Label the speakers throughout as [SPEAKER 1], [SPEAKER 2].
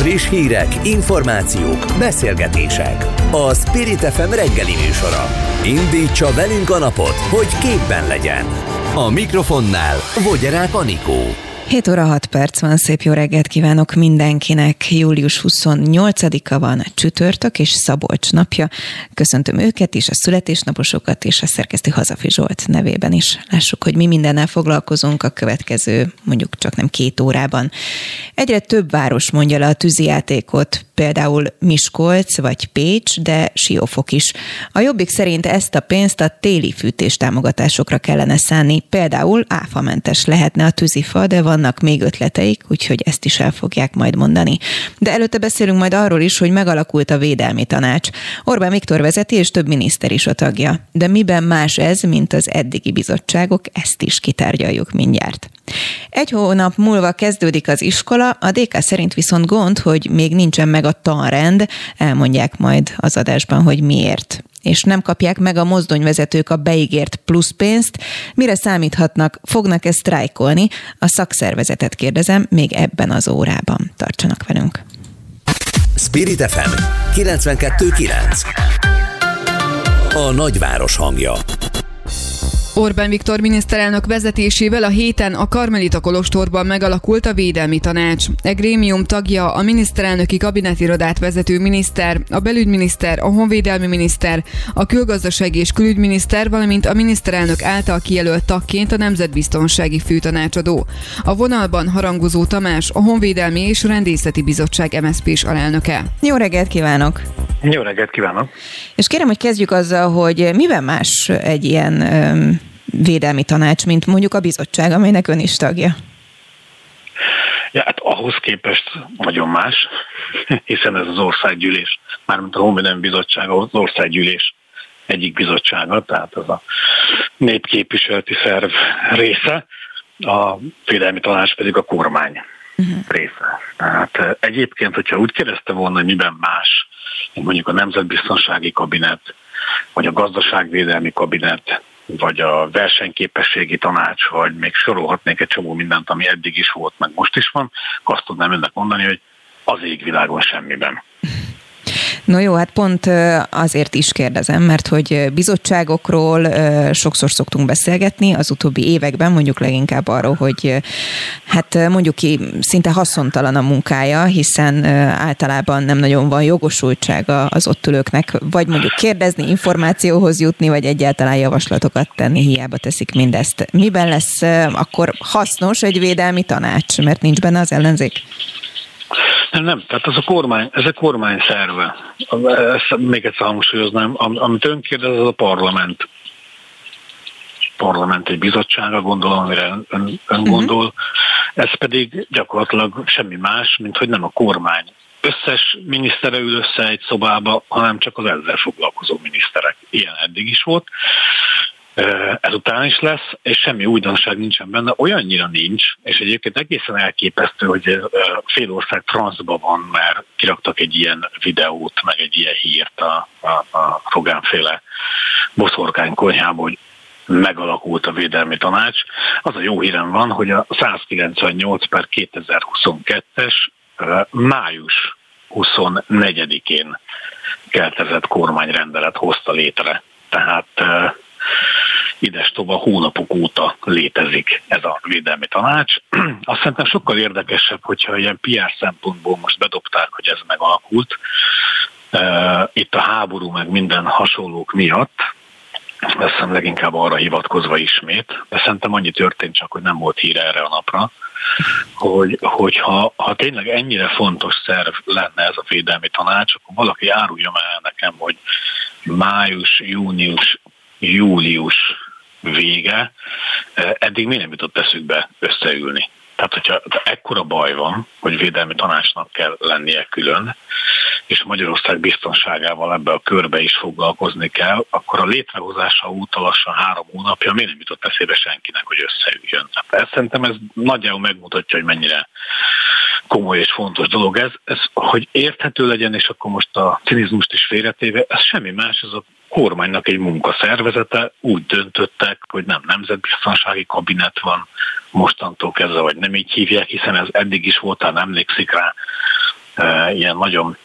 [SPEAKER 1] Friss hírek, információk, beszélgetések. A Spirit FM reggeli műsora. Indítsa velünk a napot, hogy képben legyen. A mikrofonnál Vogyarák Anikó.
[SPEAKER 2] 7 óra 6 perc van, szép jó reggelt kívánok mindenkinek. Július 28-a van, csütörtök és Szabolcs napja. Köszöntöm őket is, a születésnaposokat és a szerkesztő Hazafi Zsolt nevében is. Lássuk, hogy mi mindennel foglalkozunk a következő, mondjuk csak nem 2 órában. Egyre több város mondja le a tűzijátékot, például Miskolc vagy Pécs, de Siófok is. A Jobbik szerint ezt a pénzt a téli fűtéstámogatásokra kellene szánni, például áfamentes lehetne a tűzifa, de vannak még ötleteik, úgyhogy ezt is el fogják majd mondani. De előtte beszélünk majd arról is, hogy megalakult a Védelmi Tanács. Orbán Viktor vezeti, és több miniszter is a tagja. De miben más ez, mint az eddigi bizottságok, ezt is kitárgyaljuk mindjárt. 1 hónap múlva kezdődik az iskola, a DK szerint viszont gond, hogy még nincsen meg a tanrend, elmondják majd az adásban, hogy miért. És nem kapják meg a mozdonyvezetők a beígért pluszpénzt. Mire számíthatnak? Fognak-e sztrájkolni? A szakszervezetet kérdezem még ebben az órában. Tartsanak velünk!
[SPEAKER 1] Spirit FM 92.9. A nagyváros hangja.
[SPEAKER 3] Orbán Viktor miniszterelnök vezetésével a héten a Karmelita kolostorban megalakult a Védelmi Tanács. E grémium tagja a miniszterelnöki kabinetirodát vezető miniszter, a belügyminiszter, a honvédelmi miniszter, a külgazdasági és külügyminiszter, valamint a miniszterelnök által kijelölt tagként a Nemzetbiztonsági Főtanácsadó. A vonalban Harangozó Tamás, a Honvédelmi és Rendészeti Bizottság MSZP-s alelnöke.
[SPEAKER 2] Jó reggelt kívánok!
[SPEAKER 4] Jó reggelt kívánok!
[SPEAKER 2] És kérem, hogy kezdjük azzal, hogy miben más egy ilyen védelmi tanács, mint mondjuk a bizottság, amelynek ön is tagja?
[SPEAKER 4] Ja, hát ahhoz képest nagyon más, hiszen ez az országgyűlés, mármint a Honvédelmi Bizottság az országgyűlés egyik bizottsága, tehát ez a népképviseleti szerv része, a Védelmi Tanács pedig a kormány része. Tehát egyébként, hogyha úgy kérdezte volna, hogy miben más, mint mondjuk a Nemzetbiztonsági Kabinet, vagy a Gazdaságvédelmi Kabinet, vagy a Versenyképességi Tanács, vagy még sorolhatnék egy csomó mindent, ami eddig is volt, meg most is van, azt tudnám önnek mondani, hogy az égvilágon semmiben.
[SPEAKER 2] No jó, hát pont azért is kérdezem, mert hogy bizottságokról sokszor szoktunk beszélgetni az utóbbi években, mondjuk leginkább arról, hogy hát mondjuk ki szinte haszontalan a munkája, hiszen általában nem nagyon van jogosultsága az ott ülőknek, vagy mondjuk kérdezni, információhoz jutni, vagy egyáltalán javaslatokat tenni, hiába teszik mindezt. Miben lesz akkor hasznos egy védelmi tanács, mert nincs benne az ellenzék?
[SPEAKER 4] Nem, tehát ez a kormány szerve. Ezt még egyszer hangsúlyoznám, amit ön kérdez, az a parlament egy bizottsága, gondolom, amire ön gondol. Ez pedig gyakorlatilag semmi más, mint hogy nem a kormány összes minisztere ül össze egy szobába, hanem csak az ezzel foglalkozó miniszterek. Ilyen eddig is volt. Ezután is lesz, és semmi újdonság nincsen benne, olyannyira nincs, és egyébként egészen elképesztő, hogy fél ország transzba van, mert kiraktak egy ilyen videót, meg egy ilyen hírt a Rogán-féle boszorkány konyhából, hogy megalakult a Védelmi Tanács. Az a jó hírem van, hogy a 198/2022-es május 24-én keltezett kormányrendelet hozta létre. Tehát idestova hónapok óta létezik ez a Védelmi Tanács. Azt szerintem sokkal érdekesebb, hogyha ilyen PR szempontból most bedobták, hogy ez megalakult. Itt a háború meg minden hasonlók miatt, azt hiszem leginkább arra hivatkozva ismét, de szerintem annyi történt csak, hogy nem volt hír erre a napra, hogyha tényleg ennyire fontos szerv lenne ez a Védelmi Tanács, akkor valaki árulja el nekem, hogy május, június, július vége, eddig mi nem jutott eszükbe összeülni. Tehát, hogyha ekkora baj van, hogy Védelmi Tanácsnak kell lennie külön, és Magyarország biztonságával ebbe a körbe is foglalkozni kell, akkor a létrehozása óta lassan 3 hónapja miért nem jutott eszébe senkinek, hogy összeüljön. Hát szerintem ez nagyjából megmutatja, hogy mennyire komoly és fontos dolog ez, hogy érthető legyen, és akkor most a cinizmust is félretéve, ez semmi más, ez a kormánynak egy munkaszervezete, úgy döntöttek, hogy nem nemzetbiztonsági kabinet van mostantól kezdve, vagy nem így hívják, hiszen ez eddig is volt, nem emlékszik rá, ilyen nagyon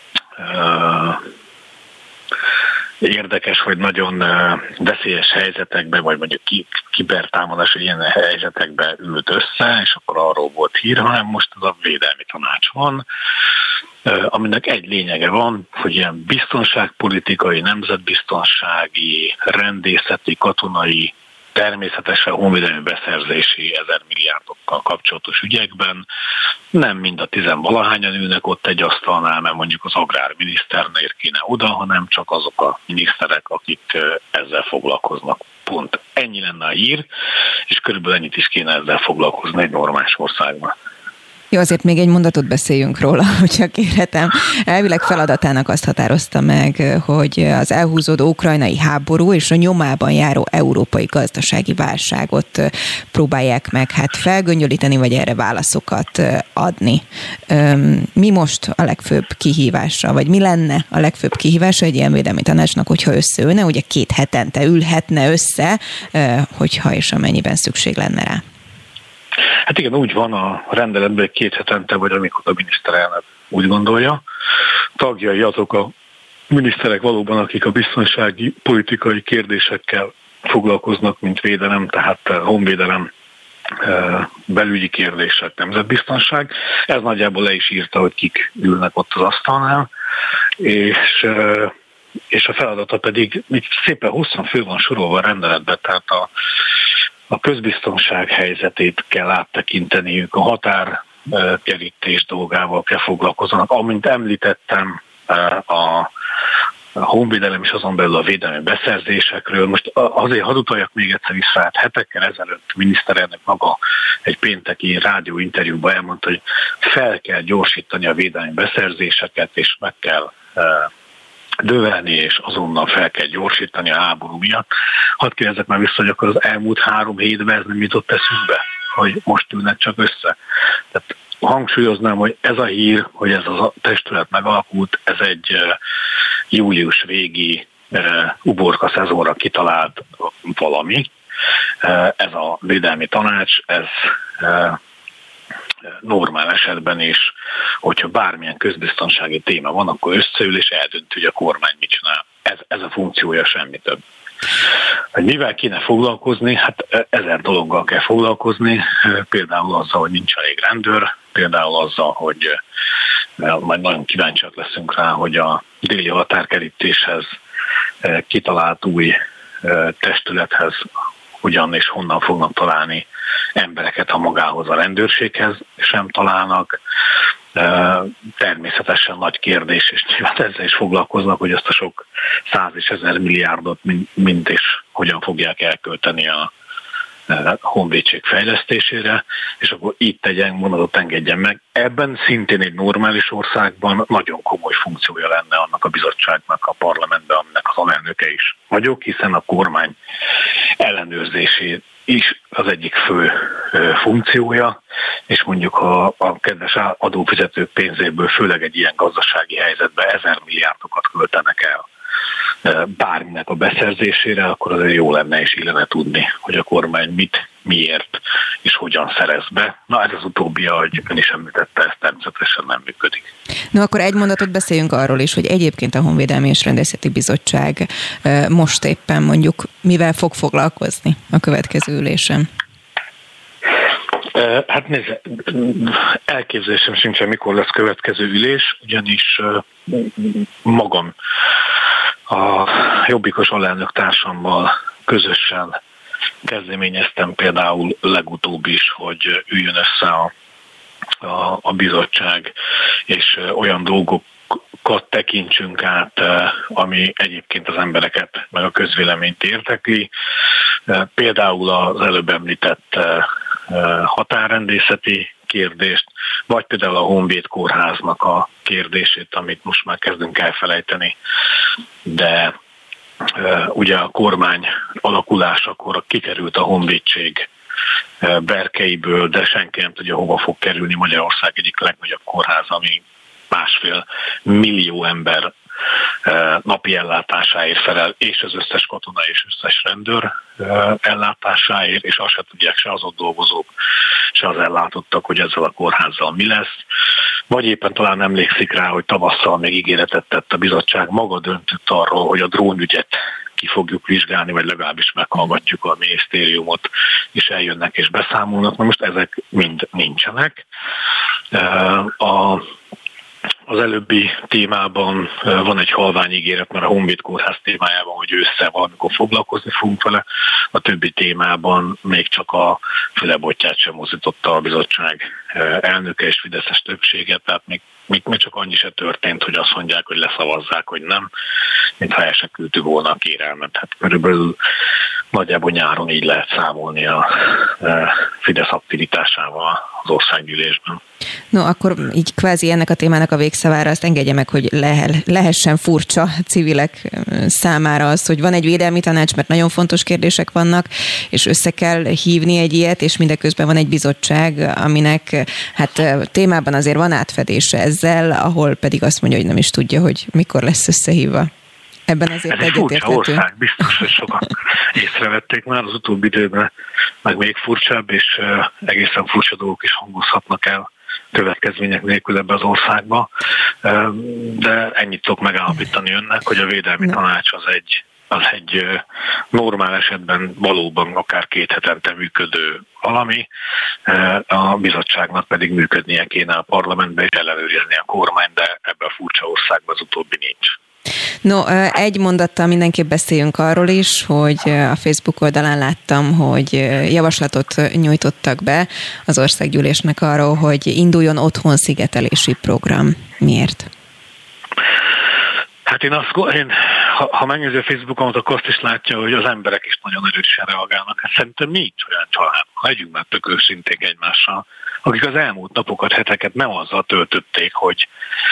[SPEAKER 4] érdekes, vagy nagyon veszélyes helyzetekbe, vagy mondjuk kibertámadás ilyen helyzetekbe ült össze, és akkor arról volt hír, hanem most ez a védelmi tanács van, aminek egy lényege van, hogy ilyen biztonságpolitikai, nemzetbiztonsági, rendészeti, katonai, természetesen honvédelmi beszerzési 1000 milliárdokkal kapcsolatos ügyekben nem mind a 10-valahányan ülnek ott egy asztalnál, mert mondjuk az agrárminiszternél kéne oda, hanem csak azok a miniszterek, akik ezzel foglalkoznak. Pont. Ennyi lenne a hír, és körülbelül ennyit is kéne ezzel foglalkozni egy normális országban.
[SPEAKER 2] Jó, azért még egy mondatot beszéljünk róla, hogyha kérhetem. Elvileg feladatának azt határozta meg, hogy az elhúzódó ukrajnai háború és a nyomában járó európai gazdasági válságot próbálják meg felgöngyölíteni, vagy erre válaszokat adni. Mi most a legfőbb kihívása, vagy mi lenne a legfőbb kihívása egy ilyen védelmi tanácsnak, hogyha összeülne, ugye 2 hetente ülhetne össze, hogyha és amennyiben szükség lenne rá?
[SPEAKER 4] Hát igen, úgy van a rendeletben, hogy 2 hetente, vagy amikor a miniszterelnök úgy gondolja. Tagjai azok a miniszterek valóban, akik a biztonsági, politikai kérdésekkel foglalkoznak, mint védelem, tehát honvédelem, belügyi kérdések, nemzetbiztonság. Ez nagyjából le is írta, hogy kik ülnek ott az asztalnál, és a feladata pedig így szépen hosszan fő van sorolva a rendeletben, tehát a közbiztonság helyzetét kell áttekinteniük, a határkerítés dolgával kell foglalkozanak. Amint említettem, a honvédelem és azon belül a védelmi beszerzésekről. Most azért hadd utaljak még egyszer vissza, hát hetekkel ezelőtt miniszterelnök maga egy pénteki rádióinterjúban elmondta, hogy fel kell gyorsítani a védelmi beszerzéseket, és meg kell növelni, és azonnal fel kell gyorsítani a háború miatt. Hadd kérdezzek már vissza, hogy akkor az elmúlt 3 hétben ez nem jutott eszünkbe, hogy most ülnek csak össze. Tehát hangsúlyoznám, hogy ez a hír, hogy ez a testület megalakult, ez egy július végi uborka szezonra kitalált valami. Ez a védelmi tanács, ez normál esetben is, hogyha bármilyen közbiztonsági téma van, akkor összeül és eldönt, hogy a kormány mit csinál. Ez a funkciója, semmi több. Hogy mivel kéne foglalkozni? Hát 1000 dologgal kell foglalkozni, például azzal, hogy nincs elég rendőr, például azzal, hogy majd nagyon kíváncsiak leszünk rá, hogy a déli határkerítéshez kitalált új testülethez hogyan és honnan fognak találni embereket, ha magához a rendőrséghez sem találnak. Természetesen nagy kérdés, és nyilván ezzel is foglalkoznak, hogy ezt a sok 100 és 1000 milliárdot mind és hogyan fogják elkölteni a honvédség fejlesztésére, és akkor itt egy mondatot engedjen meg. Ebben szintén egy normális országban nagyon komoly funkciója lenne annak a bizottságnak a parlamentben, aminek az alelnöke is vagyok, hiszen a kormány ellenőrzésé is az egyik fő funkciója, és mondjuk a kedves adófizetők pénzéből, főleg egy ilyen gazdasági helyzetben 1000 milliárdokat költenek el bárminek a beszerzésére, akkor azért jó lenne és illene tudni, hogy a kormány mit, miért és hogyan szerez be. Na ez az utóbbi, ahogy ön is említette, ez természetesen nem működik.
[SPEAKER 2] No, akkor egy mondatot beszéljünk arról is, hogy egyébként a Honvédelmi és Rendészeti Bizottság most éppen mondjuk mivel fog foglalkozni a következő ülésen?
[SPEAKER 4] Hát nézd, elképzelésem sincsen, mikor lesz következő ülés, ugyanis magam a jobbikos alelnök társammal közösen kezdeményeztem például legutóbb is, hogy üljön össze a bizottság, és olyan dolgokat tekintsünk át, ami egyébként az embereket, meg a közvéleményt érdekli. Például az előbb említett határrendészeti kérdést, vagy például a Honvéd kórháznak a kérdését, amit most már kezdünk elfelejteni, de ugye a kormány alakulásakor kikerült a honvédség berkeiből, de senki nem tudja, hova fog kerülni. Magyarország egyik legnagyobb kórház, ami 1,5 millió ember napi ellátásáért felel, és az összes katona és összes rendőr ellátásáért, és azt se tudják se az ott dolgozók, se az ellátottak, hogy ezzel a kórházzal mi lesz. Vagy éppen talán emlékszik rá, hogy tavasszal még ígéretet tett a bizottság, maga döntött arról, hogy a drónügyet ki fogjuk vizsgálni, vagy legalábbis meghallgatjuk a minisztériumot, és eljönnek és beszámolnak. Na most ezek mind nincsenek. Az előbbi témában van egy halvány ígéret, mert a Honvéd Kórház témájában, hogy ősszel valamikor foglalkozni fogunk vele, a többi témában még csak a fülebotját sem mozdította a bizottság elnöke és fideszes többsége, tehát még csak annyi se történt, hogy azt mondják, hogy leszavazzák, hogy nem, mintha el se küldtük volna a kérelmet. Hát körülbelül nagyjából nyáron így lehet számolni a Fidesz aktivitásával az országgyűlésben.
[SPEAKER 2] No, akkor így kvázi ennek a témának a végszavára azt engedje meg, hogy lehessen furcsa civilek számára az, hogy van egy védelmi tanács, mert nagyon fontos kérdések vannak, és össze kell hívni egy ilyet, és mindeközben van egy bizottság, aminek hát témában azért van átfedése ezzel, ahol pedig azt mondja, hogy nem is tudja, hogy mikor lesz összehívva. Ebben azért egyetérthető. Ez egy furcsa ország, biztos, hogy sokan észrevették már az utóbbi időben, meg még furcsább, és egészen furcsa dolgok is hangozhatnak el következmények nélkül ebbe az országba. De ennyit tudok megállapítani önnek, hogy a védelmi tanács az egy normál esetben valóban akár 2 hetente működő valami, a bizottságnak pedig működnie kéne a parlamentben és ellenőrizni a kormány, de ebben a furcsa országban az utóbbi nincs. No, egy mondattal mindenképp beszéljünk arról is, hogy a Facebook oldalán láttam, hogy javaslatot nyújtottak be az országgyűlésnek arról, hogy induljon otthonszigetelési program. Miért?
[SPEAKER 4] Hát ha megnézi a Facebookon, akkor azt is látja, hogy az emberek is nagyon erősen reagálnak. Hát szerintem nincs olyan család, legyünk már tök őszinték egymással, akik az elmúlt napokat, heteket nem azzal töltötték, hogy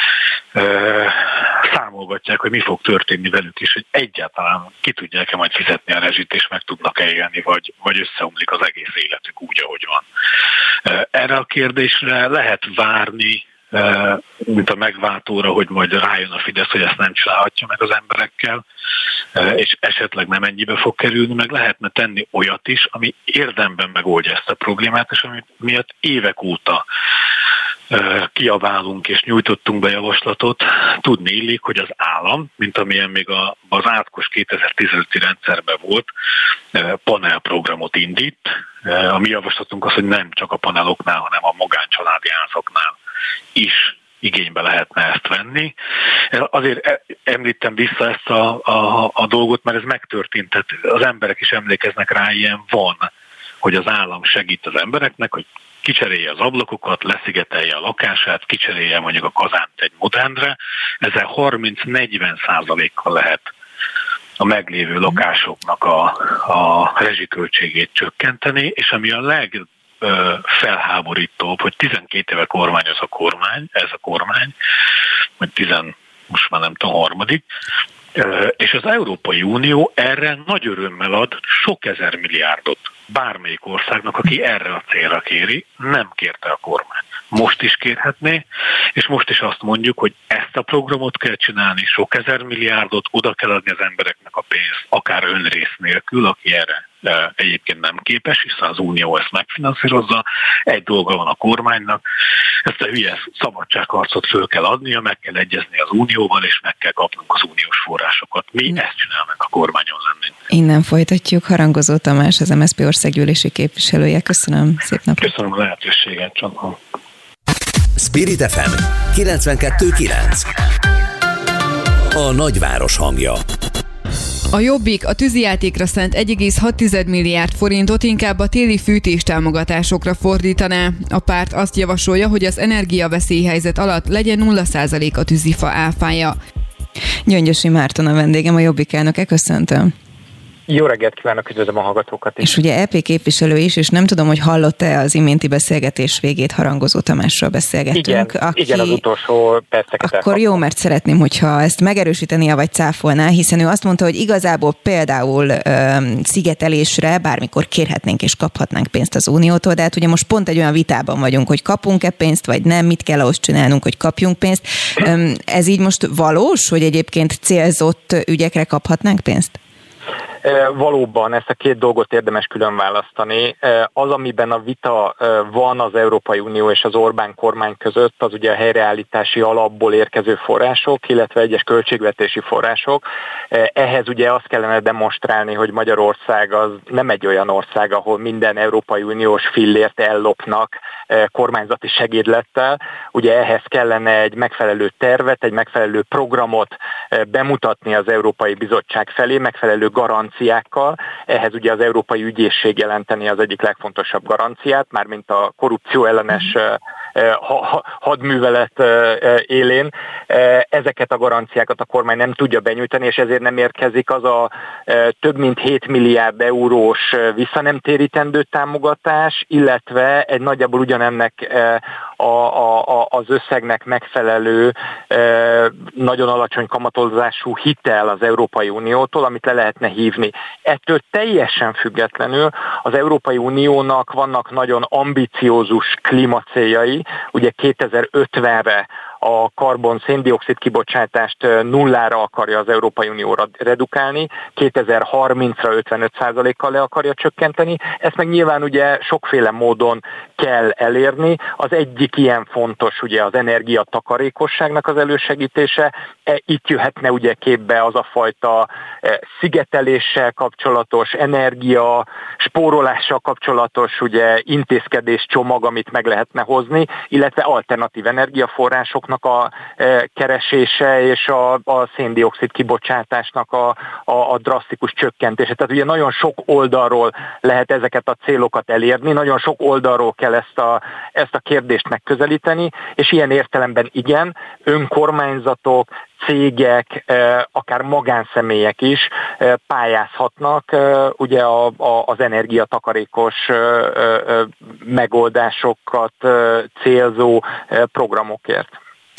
[SPEAKER 4] számolgatják, hogy mi fog történni velük is, hogy egyáltalán ki tudják-e majd fizetni a rezsit, és meg tudnak-e élni, vagy összeomlik az egész életük úgy, ahogy van. Erre a kérdésre lehet várni, mint a megváltóra, hogy majd rájön a Fidesz, hogy ezt nem csinálhatja meg az emberekkel, és esetleg nem ennyibe fog kerülni, meg lehetne tenni olyat is, ami érdemben megoldja ezt a problémát, és amit miatt évek óta kiabálunk és nyújtottunk be javaslatot. Tudni illik, hogy az állam, mint amilyen még az átkos 2015-i rendszerben volt, panelprogramot indít. A mi javaslatunk az, hogy nem csak a paneloknál, hanem a magáncsaládi házaknál is igénybe lehetne ezt venni. Azért említem vissza ezt a dolgot, mert ez megtörtént. Tehát az emberek is emlékeznek rá, ilyen van, hogy az állam segít az embereknek, hogy kicserélje az ablakokat, leszigetelje a lakását, kicserélje mondjuk a kazánt egy modernre. Ezzel 30-40% lehet a meglévő lakásoknak a rezsiköltségét csökkenteni, és ami a legfelháborítóbb, hogy 12 éve kormányoz ez a kormány, vagy most már nem tudom, harmadik, és az Európai Unió erre nagy örömmel ad sok ezer milliárdot bármelyik országnak, aki erre a célra kéri, nem kérte a kormány. Most is kérhetné, és most is azt mondjuk, hogy ezt a programot kell csinálni, sok ezer milliárdot, oda kell adni az embereknek a pénzt, akár önrész nélkül, aki erre egyébként nem képes, hiszen az Unió ezt megfinanszírozza. Egy dolga van a kormánynak, ezt a hülye szabadságharcot föl kell adnia, meg kell egyezni az Unióval, és meg kell kapnunk az uniós forrásokat. Mi ezt csinálnak, a kormányon lennénk.
[SPEAKER 2] Innen folytatjuk. Harangozó Tamás, az MSZP országgyűlési képviselője. Köszönöm, szép napot.
[SPEAKER 4] Köszönöm a lehetőséget, Csaba.
[SPEAKER 1] Spirit FM 92.9. A nagyváros hangja.
[SPEAKER 3] A Jobbik a tűzijátékra szánt 1,6 milliárd forintot inkább a téli fűtéstámogatásokra fordítaná. A párt azt javasolja, hogy az energiaveszélyhelyzet alatt legyen 0% a tűzifa áfája.
[SPEAKER 2] Gyöngyösi Márton a vendégem, a Jobbik elnöke, köszöntöm.
[SPEAKER 5] Jó reggelt kívánok, üdvözlöm a hallgatókat is.
[SPEAKER 2] És ugye EP képviselő is, és nem tudom, hogy hallott-e az iménti beszélgetés végét, Harangozó Tamással beszélgettünk.
[SPEAKER 5] Igen, az utolsó perceket
[SPEAKER 2] akkor jó, mert szeretném, hogyha ezt megerősítenie vagy cáfolná, hiszen ő azt mondta, hogy igazából például szigetelésre bármikor kérhetnénk és kaphatnánk pénzt az Uniótól, de hát ugye most pont egy olyan vitában vagyunk, hogy kapunk-e pénzt, vagy nem, mit kell ahhoz csinálnunk, hogy kapjunk pénzt. Ez így most valós, hogy egyébként célzott ügyekre kaphatnánk pénzt?
[SPEAKER 5] Valóban ezt a két dolgot érdemes külön választani. Az, amiben a vita van az Európai Unió és az Orbán kormány között, az ugye a helyreállítási alapból érkező források, illetve egyes költségvetési források. Ehhez ugye azt kellene demonstrálni, hogy Magyarország az nem egy olyan ország, ahol minden Európai Uniós fillért ellopnak kormányzati segédlettel. Ugye ehhez kellene egy megfelelő tervet, egy megfelelő programot bemutatni az Európai Bizottság felé, megfelelő garanciákkal. Ehhez ugye az Európai Ügyészség jelenteni az egyik legfontosabb garanciát, mármint a korrupció ellenes hadművelet élén. Ezeket a garanciákat a kormány nem tudja benyújtani, és ezért nem érkezik az a több mint 7 milliárd eurós visszanemtérítendő támogatás, illetve egy nagyjából ugyanennek az összegnek megfelelő, nagyon alacsony kamatozású hitel az Európai Uniótól, amit le lehetne hívni. Ettől teljesen függetlenül az Európai Uniónak vannak nagyon ambiciózus klímacéljai, ugye 2050-re a karbon-széndioxid kibocsátást nullára akarja az Európai Unió redukálni, 2030-ra 55%-kal le akarja csökkenteni. Ezt meg nyilván ugye sokféle módon kell elérni. Az egyik ilyen fontos ugye az energiatakarékosságnak az elősegítése. Itt jöhetne ugye képbe az a fajta szigeteléssel kapcsolatos, energia, spórolással kapcsolatos ugye intézkedés csomag, amit meg lehetne hozni, illetve alternatív energiaforrások a keresése és a széndioxid kibocsátásnak a drasztikus csökkentése. Tehát ugye nagyon sok oldalról lehet ezeket a célokat elérni, nagyon sok oldalról kell ezt a kérdést megközelíteni, és ilyen értelemben igen, önkormányzatok, cégek, akár magánszemélyek is pályázhatnak ugye az energiatakarékos megoldásokat célzó programokért.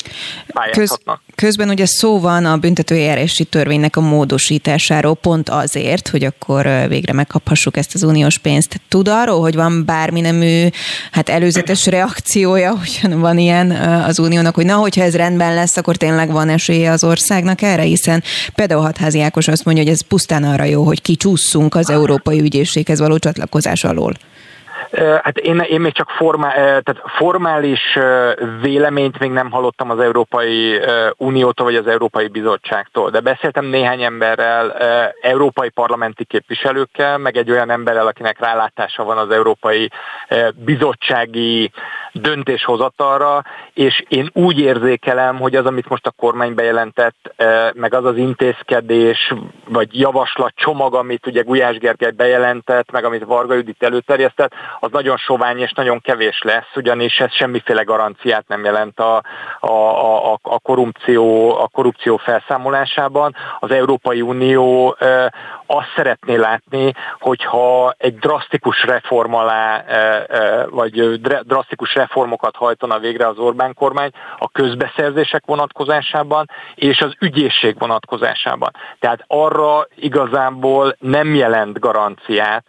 [SPEAKER 2] Közben ugye szó van a büntetőeljárási törvénynek a módosításáról pont azért, hogy akkor végre megkaphassuk ezt az uniós pénzt. Tud arról, hogy van bármi nemű előzetes reakciója, hogy van ilyen az uniónak, hogy hogyha ez rendben lesz, akkor tényleg van esélye az országnak erre, hiszen például Hatházi Ákos azt mondja, hogy ez pusztán arra jó, hogy kicsússzunk az Európai Ügyészséghez való csatlakozás alól.
[SPEAKER 5] Hát én még csak formális véleményt még nem hallottam az Európai Uniótól vagy az Európai Bizottságtól, de beszéltem néhány emberrel, európai parlamenti képviselőkkel, meg egy olyan emberrel, akinek rálátása van az Európai Bizottsági döntéshozatalra, és én úgy érzékelem, hogy az, amit most a kormány bejelentett, meg az az intézkedés, vagy javaslat csomag, amit ugye Gulyás Gergely bejelentett, meg amit Varga Judit előterjesztett, az nagyon sovány és nagyon kevés lesz, ugyanis ez semmiféle garanciát nem jelent a korrupció felszámolásában. Az Európai Unió azt szeretné látni, hogyha egy drasztikus reform alá, vagy drasztikus reformokat hajtana végre az Orbán kormány a közbeszerzések vonatkozásában és az ügyészség vonatkozásában. Tehát arra igazából nem jelent garanciát,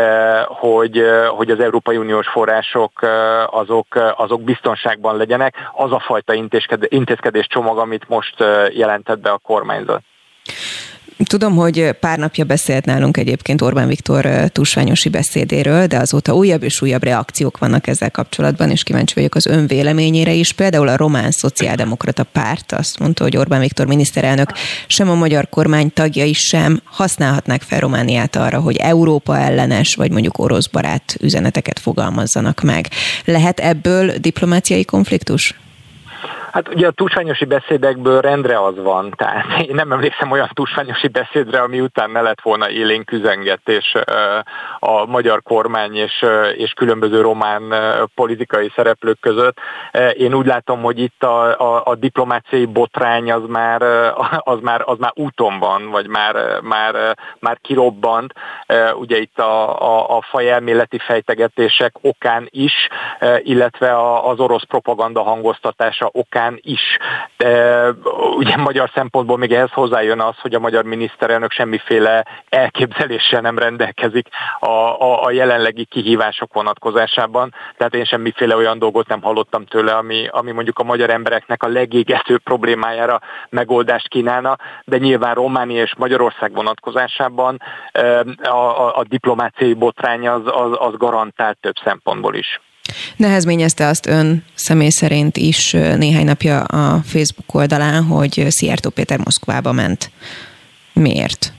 [SPEAKER 5] hogy az Európai Uniós források azok biztonságban legyenek. Az a fajta intézkedés csomag, amit most jelentett be a kormányzat.
[SPEAKER 2] Tudom, hogy pár napja beszélt nálunk egyébként Orbán Viktor tusványosi beszédéről, de azóta újabb és újabb reakciók vannak ezzel kapcsolatban, és kíváncsi vagyok az ön véleményére is. Például a Román Szociáldemokrata Párt azt mondta, hogy Orbán Viktor miniszterelnök sem a magyar kormány tagjai sem használhatnák fel Romániát arra, hogy Európa ellenes vagy mondjuk orosz barát üzeneteket fogalmazzanak meg. Lehet ebből diplomáciai konfliktus?
[SPEAKER 5] Hát ugye a tusványosi beszédekből rendre az van, tehát én nem emlékszem olyan tusványosi beszédre, ami után ne lett volna élénk üzengetés a magyar kormány és különböző román politikai szereplők között. Én úgy látom, hogy itt a diplomáciai botrány az már úton van, vagy már kirobbant. Ugye itt a fajelméleti fejtegetések okán is, illetve az orosz propaganda hangoztatása okán is. Ugye magyar szempontból még ehhez hozzájön az, hogy a magyar miniszterelnök semmiféle elképzeléssel nem rendelkezik a jelenlegi kihívások vonatkozásában. Tehát én semmiféle olyan dolgot nem hallottam tőle, ami mondjuk a magyar embereknek a legégetőbb problémájára megoldást kínálna, de nyilván Románia és Magyarország vonatkozásában a diplomáciai botrány az garantált több szempontból is.
[SPEAKER 2] Nehezményezte azt ön személy szerint is néhány napja a Facebook oldalán, hogy Szijjártó Péter Moszkvába ment. Miért?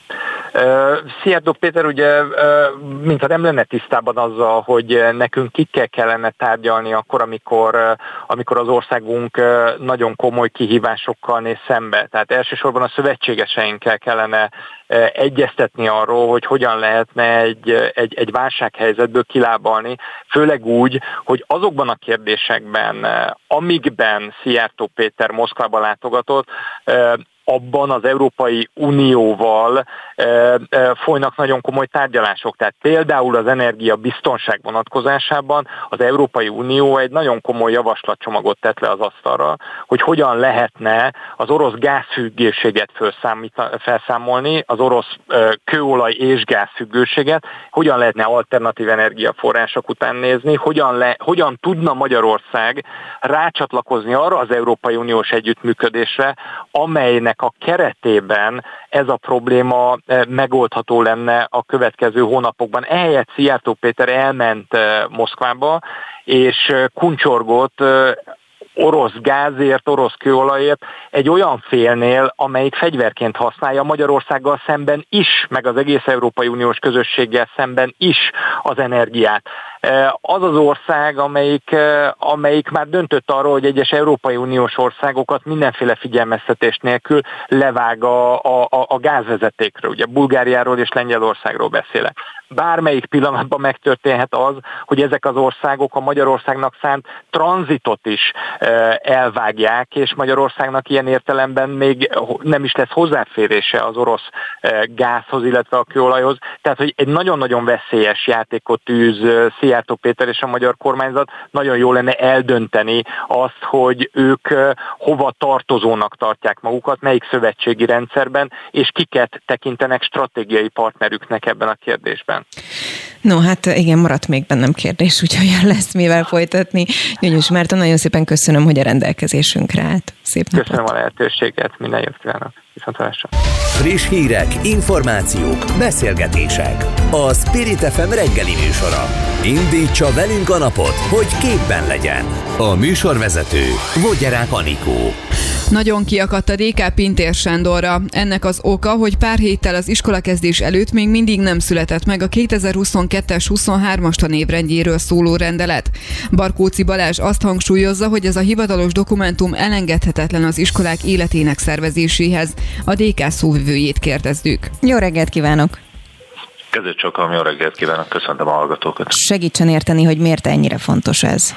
[SPEAKER 5] Szijjártó Péter ugye, mintha nem lenne tisztában azzal, hogy nekünk kikkel kellene tárgyalni akkor, amikor az országunk nagyon komoly kihívásokkal néz szembe. Tehát elsősorban a szövetségeseinkkel kellene egyeztetni arról, hogy hogyan lehetne egy válsághelyzetből kilábalni, főleg úgy, hogy azokban a kérdésekben, amikben Szijjártó Péter Moszkvába látogatott, abban az Európai Unióval folynak nagyon komoly tárgyalások. Tehát például az energiabiztonság vonatkozásában az Európai Unió egy nagyon komoly javaslatcsomagot tett le az asztalra, hogy hogyan lehetne az orosz gázfüggőséget felszámolni, az orosz kőolaj és gázfüggőséget, hogyan lehetne alternatív energiaforrások után nézni, hogyan tudna Magyarország rácsatlakozni arra az Európai Uniós együttműködésre, amelynek a keretében ez a probléma megoldható lenne a következő hónapokban. Ehelyett Szijjártó Péter elment Moszkvába, és kuncsorgott orosz gázért, orosz kőolajért egy olyan félnél, amelyik fegyverként használja Magyarországgal szemben is, meg az egész Európai Uniós közösséggel szemben is az energiát. Az az ország, amelyik már döntött arról, hogy egyes Európai Uniós országokat mindenféle figyelmeztetés nélkül levág a gázvezetékről. Ugye Bulgáriáról és Lengyelországról beszélek. Bármelyik pillanatban megtörténhet az, hogy ezek az országok a Magyarországnak szánt tranzitot is elvágják, és Magyarországnak ilyen értelemben még nem is lesz hozzáférése az orosz gázhoz, illetve a kőolajhoz. Tehát, hogy egy nagyon-nagyon veszélyes játékot űz Szijjártó Péter és a magyar kormányzat, nagyon jó lenne eldönteni azt, hogy ők hova tartozónak tartják magukat, melyik szövetségi rendszerben, és kiket tekintenek stratégiai partnerüknek ebben a kérdésben.
[SPEAKER 2] No, hát igen, maradt még bennem kérdés, úgyhogy lesz mivel folytatni. Gyöngyös Márton, nagyon szépen köszönöm, hogy a rendelkezésünkre állt. Szép napot.
[SPEAKER 5] Köszönöm a lehetőséget, minden jót kívánok. Viszontlátásra.
[SPEAKER 1] Friss hírek, információk, beszélgetések. A Spirit FM reggeli műsora. Indítsa velünk a napot, hogy képben legyen. A műsorvezető Vogyarák Anikó.
[SPEAKER 3] Nagyon kiakadt a DK Pintér Sándorra. Ennek az oka, hogy pár héttel az iskolakezdés előtt még mindig nem született meg a 2022-es 23-as tanévrendjéről szóló rendelet. Barkóczy Balázs azt hangsúlyozza, hogy ez a hivatalos dokumentum elengedhetetlen az iskolák életének szervezéséhez. A DK szóvivőjét kérdezzük.
[SPEAKER 2] Jó reggelt kívánok!
[SPEAKER 6] Kezdőcsokam, jó reggelt kívánok, köszöntöm a hallgatókat.
[SPEAKER 2] Segítsen érteni, hogy miért ennyire fontos ez.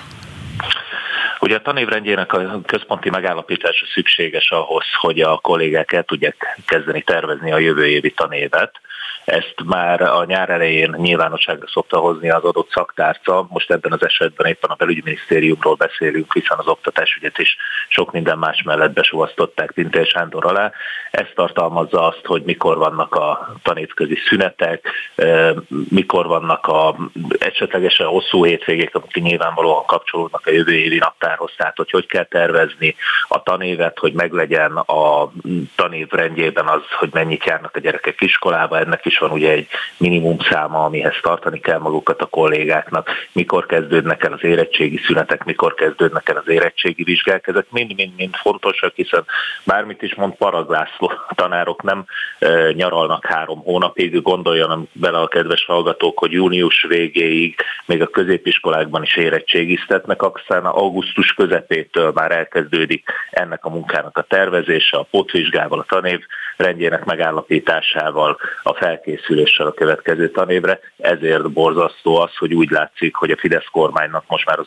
[SPEAKER 6] Ugye a tanévrendjének a központi megállapítása szükséges ahhoz, hogy a kollégák el tudják kezdeni tervezni a jövő évi tanévet. Ezt már a nyár elején nyilvánosságra szokta hozni az adott szaktárca. Most ebben az esetben éppen a belügyminisztériumról beszélünk, hiszen az oktatásügyet is sok minden más mellett besuvasztották Pintér Sándor alá. Ez tartalmazza azt, hogy mikor vannak a tanévközi szünetek, mikor vannak esetlegesen hosszú hétvégék, amik nyilvánvalóan kapcsolódnak a jövő évi naptárhoz, tehát hogy kell tervezni a tanévet, hogy meglegyen a tanévrendjében az, hogy mennyit járnak a gyerekek iskolába. ennek is van ugye egy minimum száma, amihez tartani kell magukat a kollégáknak, mikor kezdődnek el az érettségi szünetek, mikor kezdődnek el az érettségi vizsgák, ezek mind fontosak, hiszen bármit is mond Parag László, tanárok nem nyaralnak 3 hónapig, gondoljanak bele a kedves hallgatók, hogy június végéig még a középiskolákban is érettségiztetnek, aztán augusztus közepétől már elkezdődik ennek a munkának a tervezése, a pótvizsgával, a tanév rendjének megállapításával, a felkészüléssel a következő tanévre. Ezért borzasztó az, hogy úgy látszik, hogy a Fidesz kormánynak most már az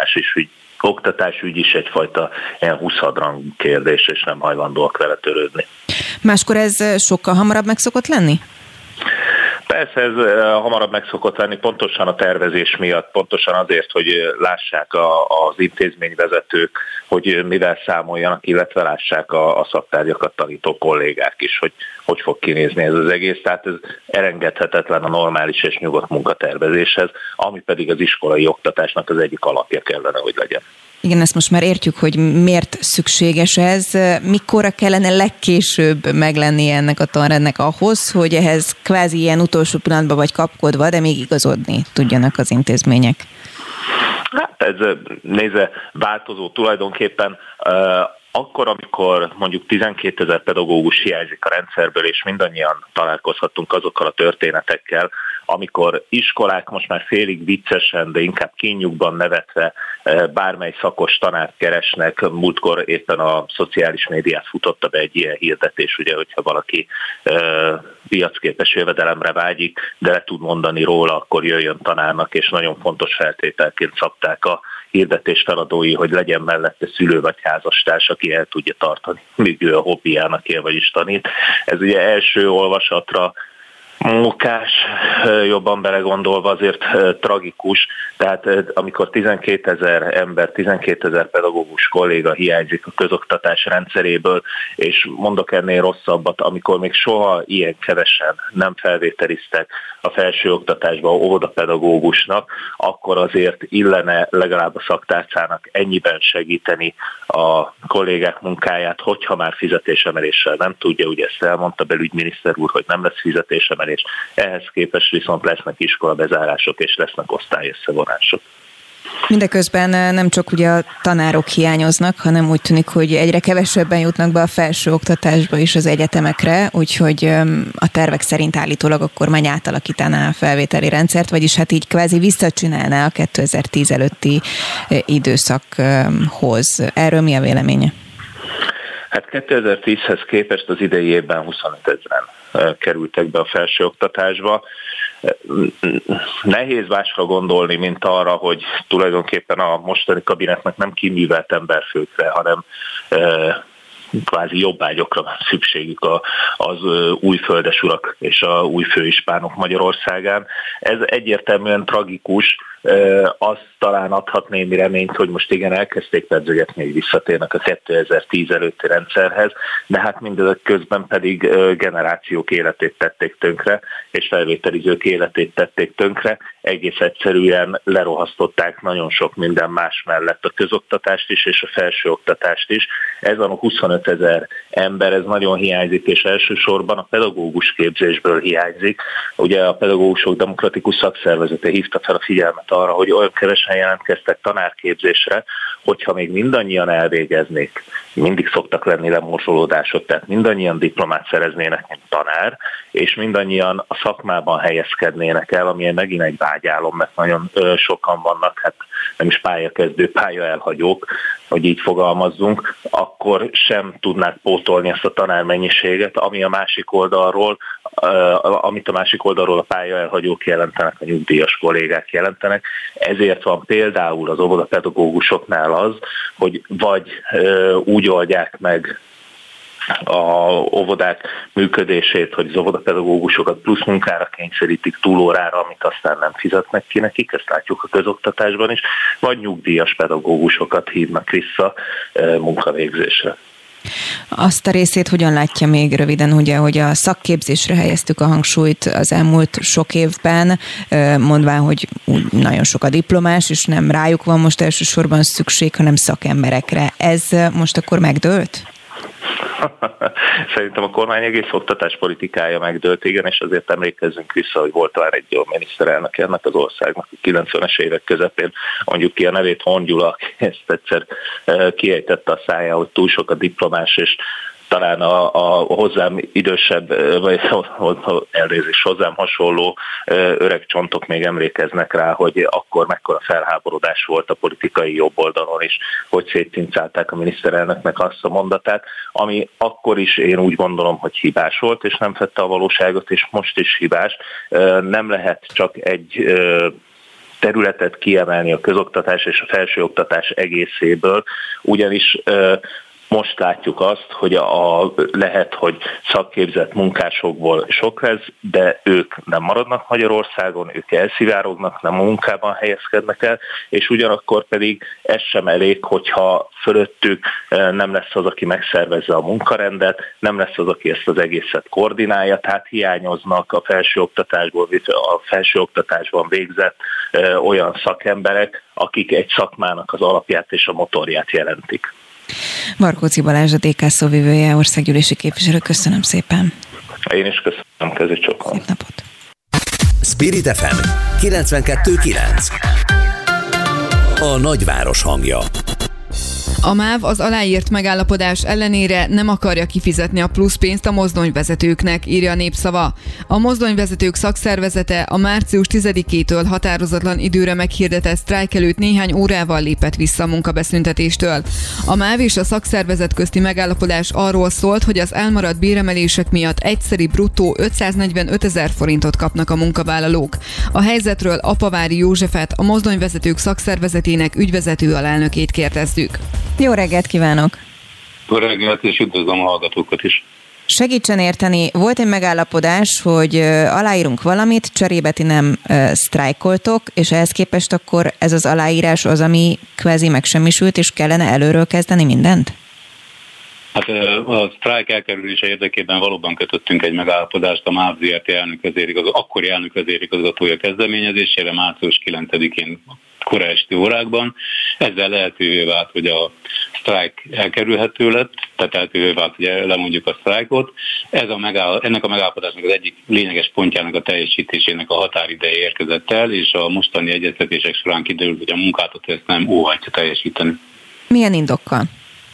[SPEAKER 6] oktatásügy is egyfajta ilyen 20-hadrangú kérdés, és nem hajlandóak vele törődni.
[SPEAKER 2] Máskor ez sokkal hamarabb meg szokott lenni?
[SPEAKER 6] Persze ez hamarabb meg szokott lenni, pontosan a tervezés miatt, pontosan azért, hogy lássák az intézményvezetők, hogy mivel számoljanak, illetve lássák a szaktárgyakat tanító kollégák is, hogy fog kinézni ez az egész. Tehát ez elengedhetetlen a normális és nyugodt munkatervezéshez, ami pedig az iskolai oktatásnak az egyik alapja kellene, hogy legyen.
[SPEAKER 2] Igen, ezt most már értjük, hogy miért szükséges ez. Mikorra kellene legkésőbb meglennie ennek a tanrendnek ahhoz, hogy ehhez kvázi ilyen utolsó pillanatban vagy kapkodva, de még igazodni tudjanak az intézmények?
[SPEAKER 6] Hát ez változó tulajdonképpen. Akkor, amikor mondjuk 12 000 pedagógus hiányzik a rendszerből, és mindannyian találkozhattunk azokkal a történetekkel, amikor iskolák most már félig viccesen, de inkább kínjukban nevetve bármely szakos tanárt keresnek. Múltkor éppen a szociális médiát futotta be egy ilyen hirdetés, ugye, hogyha valaki piacképes jövedelemre vágyik, de le tud mondani róla, akkor jöjjön tanárnak, és nagyon fontos feltételként szabták a hirdetés feladói, hogy legyen mellette szülő vagy házastárs, aki el tudja tartani, míg ő a hobbiának él, vagyis tanít. Ez ugye első olvasatra munkás, jobban belegondolva azért tragikus, tehát amikor 12 000 ember, 12 000 pedagógus kolléga hiányzik a közoktatás rendszeréből, és mondok ennél rosszabbat, amikor még soha ilyen kevesen nem felvételiztek a felsőoktatásba óvodapedagógusnak, akkor azért illene legalább a szaktárcának ennyiben segíteni a kollégák munkáját, hogyha már fizetésemeléssel nem tudja, ugye ezt elmondta belügyminiszter úr, hogy nem lesz fizetésemelés. Ehhez képest viszont lesznek iskolabezárások és lesznek osztályösszevonások.
[SPEAKER 2] Mindeközben nem csak ugye a tanárok hiányoznak, hanem úgy tűnik, hogy egyre kevesebben jutnak be a felsőoktatásba is az egyetemekre, úgyhogy a tervek szerint állítólag a kormány átalakítaná a felvételi rendszert, vagyis hát így kvázi visszacsinálná a 2010 előtti időszakhoz. Erről mi a véleménye?
[SPEAKER 6] Hát 2010-hez képest az idei évben 25 000-en kerültek be a felsőoktatásba. Nehéz másra gondolni, mint arra, hogy tulajdonképpen a mostani kabinetnek nem kiművelt emberfőkre, hanem kvázi jobbágyokra van szükségük az új földesurak és a új főispánok Magyarországán. Ez egyértelműen tragikus, azt talán adhat némi reményt, hogy most igen, elkezdték pedzegetni, hogy visszatérnek a 2010 előtti rendszerhez, de hát mindezek közben pedig generációk életét tették tönkre, és felvételizők életét tették tönkre. Egész egyszerűen lerohasztották nagyon sok minden más mellett a közoktatást is, és a felsőoktatást is. Ez a 25 000 ember, ez nagyon hiányzik, és elsősorban a pedagógus képzésből hiányzik. Ugye a Pedagógusok Demokratikus Szakszervezete hívta fel a figyelmet arra, hogy olyan kevesen jelentkeztek tanárképzésre, hogyha még mindannyian elvégeznék, mindig szoktak lenni lemorzsolódások, tehát mindannyian diplomát szereznének, mint tanár, és mindannyian a szakmában helyezkednének el, ami megint egy vágyálom, mert nagyon sokan vannak, hát nem is pályakezdő, pályaelhagyók, hogy így fogalmazzunk, akkor sem tudnák pótolni ezt a tanármennyiséget, amit a másik oldalról a pályaelhagyók jelentenek, a nyugdíjas kollégák jelentenek. Ezért van például az óvodapedagógusoknál az, hogy vagy úgy oldják meg a óvodák működését, hogy az óvodapedagógusokat plusz munkára kényszerítik, túlórára, amit aztán nem fizetnek ki nekik, ezt látjuk a közoktatásban is, vagy nyugdíjas pedagógusokat hívnak vissza munkavégzésre.
[SPEAKER 2] Azt a részét hogyan látja még röviden, ugye, hogy a szakképzésre helyeztük a hangsúlyt az elmúlt sok évben, mondván, hogy nagyon sok a diplomás, és nem rájuk van most elsősorban szükség, hanem szakemberekre. Ez most akkor megdőlt?
[SPEAKER 6] Szerintem a kormány egész oktatáspolitikája megdőlt, igen, és azért emlékezzünk vissza, hogy volt már egy jó miniszterelnök ennek az országnak, a 90-es évek közepén, mondjuk ki a nevét Horn Gyula, aki ezt egyszer kiejtette a szájá, hogy túl sok a diplomás, és talán a hozzám idősebb, vagy elnézést, hozzám hasonló öreg csontok még emlékeznek rá, hogy akkor mekkora felháborodás volt a politikai jobboldalon is, hogy szétcincálták a miniszterelnöknek azt a mondatát, ami akkor is én úgy gondolom, hogy hibás volt, és nem fedte a valóságot, és most is hibás. Nem lehet csak egy területet kiemelni a közoktatás és a felsőoktatás egészéből, ugyanis most látjuk azt, hogy lehet, hogy szakképzett munkásokból sok lesz, de ők nem maradnak Magyarországon, ők elszivárognak, nem a munkában helyezkednek el, és ugyanakkor pedig ez sem elég, hogyha fölöttük nem lesz az, aki megszervezze a munkarendet, nem lesz az, aki ezt az egészet koordinálja, tehát hiányoznak a felsőoktatásban végzett olyan szakemberek, akik egy szakmának az alapját és a motorját jelentik.
[SPEAKER 2] Barkóczy Balázs, a DK szóvivője, országgyűlési képviselő. Köszönöm szépen.
[SPEAKER 6] Én is köszönöm, kezét sokan.
[SPEAKER 2] Szép napot.
[SPEAKER 1] Spirit FM 92.9. A nagyváros hangja.
[SPEAKER 3] A MÁV az aláírt megállapodás ellenére nem akarja kifizetni a pluszpénzt a mozdonyvezetőknek, írja a Népszava. A mozdonyvezetők szakszervezete a március 10-től határozatlan időre meghirdetett sztrájk előtt néhány órával lépett vissza a munkabeszüntetéstől. A MÁV és a szakszervezet közti megállapodás arról szólt, hogy az elmaradt béremelések miatt egyszeri bruttó 545 000 forintot kapnak a munkavállalók. A helyzetről Apavári Józsefet, a mozdonyvezetők szakszervezetének ügyvezető alelnökét kérdezzük.
[SPEAKER 2] Jó reggelt kívánok!
[SPEAKER 7] Jó reggelt, és üdvözlöm a hallgatókat is.
[SPEAKER 2] Segítsen érteni, volt egy megállapodás, hogy aláírunk valamit, cserébe ti nem sztrájkoltok, és ehhez képest akkor ez az aláírás az, ami kvázi megsemmisült, és kellene előről kezdeni mindent?
[SPEAKER 7] Hát a sztrájk elkerülése érdekében valóban kötöttünk egy megállapodást a MÁV Zrt. Akkori elnök-vezérigazgatója kezdeményezésére március 9-én kora esti órákban. Ezzel lehetővé vált, hogy a sztrájk elkerülhető lett, tehát lehetővé vált, hogy lemondjuk a sztrájkot. Ennek a megállapodásnak az egyik lényeges pontjának a teljesítésének a határideje érkezett el, és a mostani egyeztetések során kiderült, hogy a munkáltató ezt nem óhajtja teljesíteni.
[SPEAKER 2] Milyen indokkal?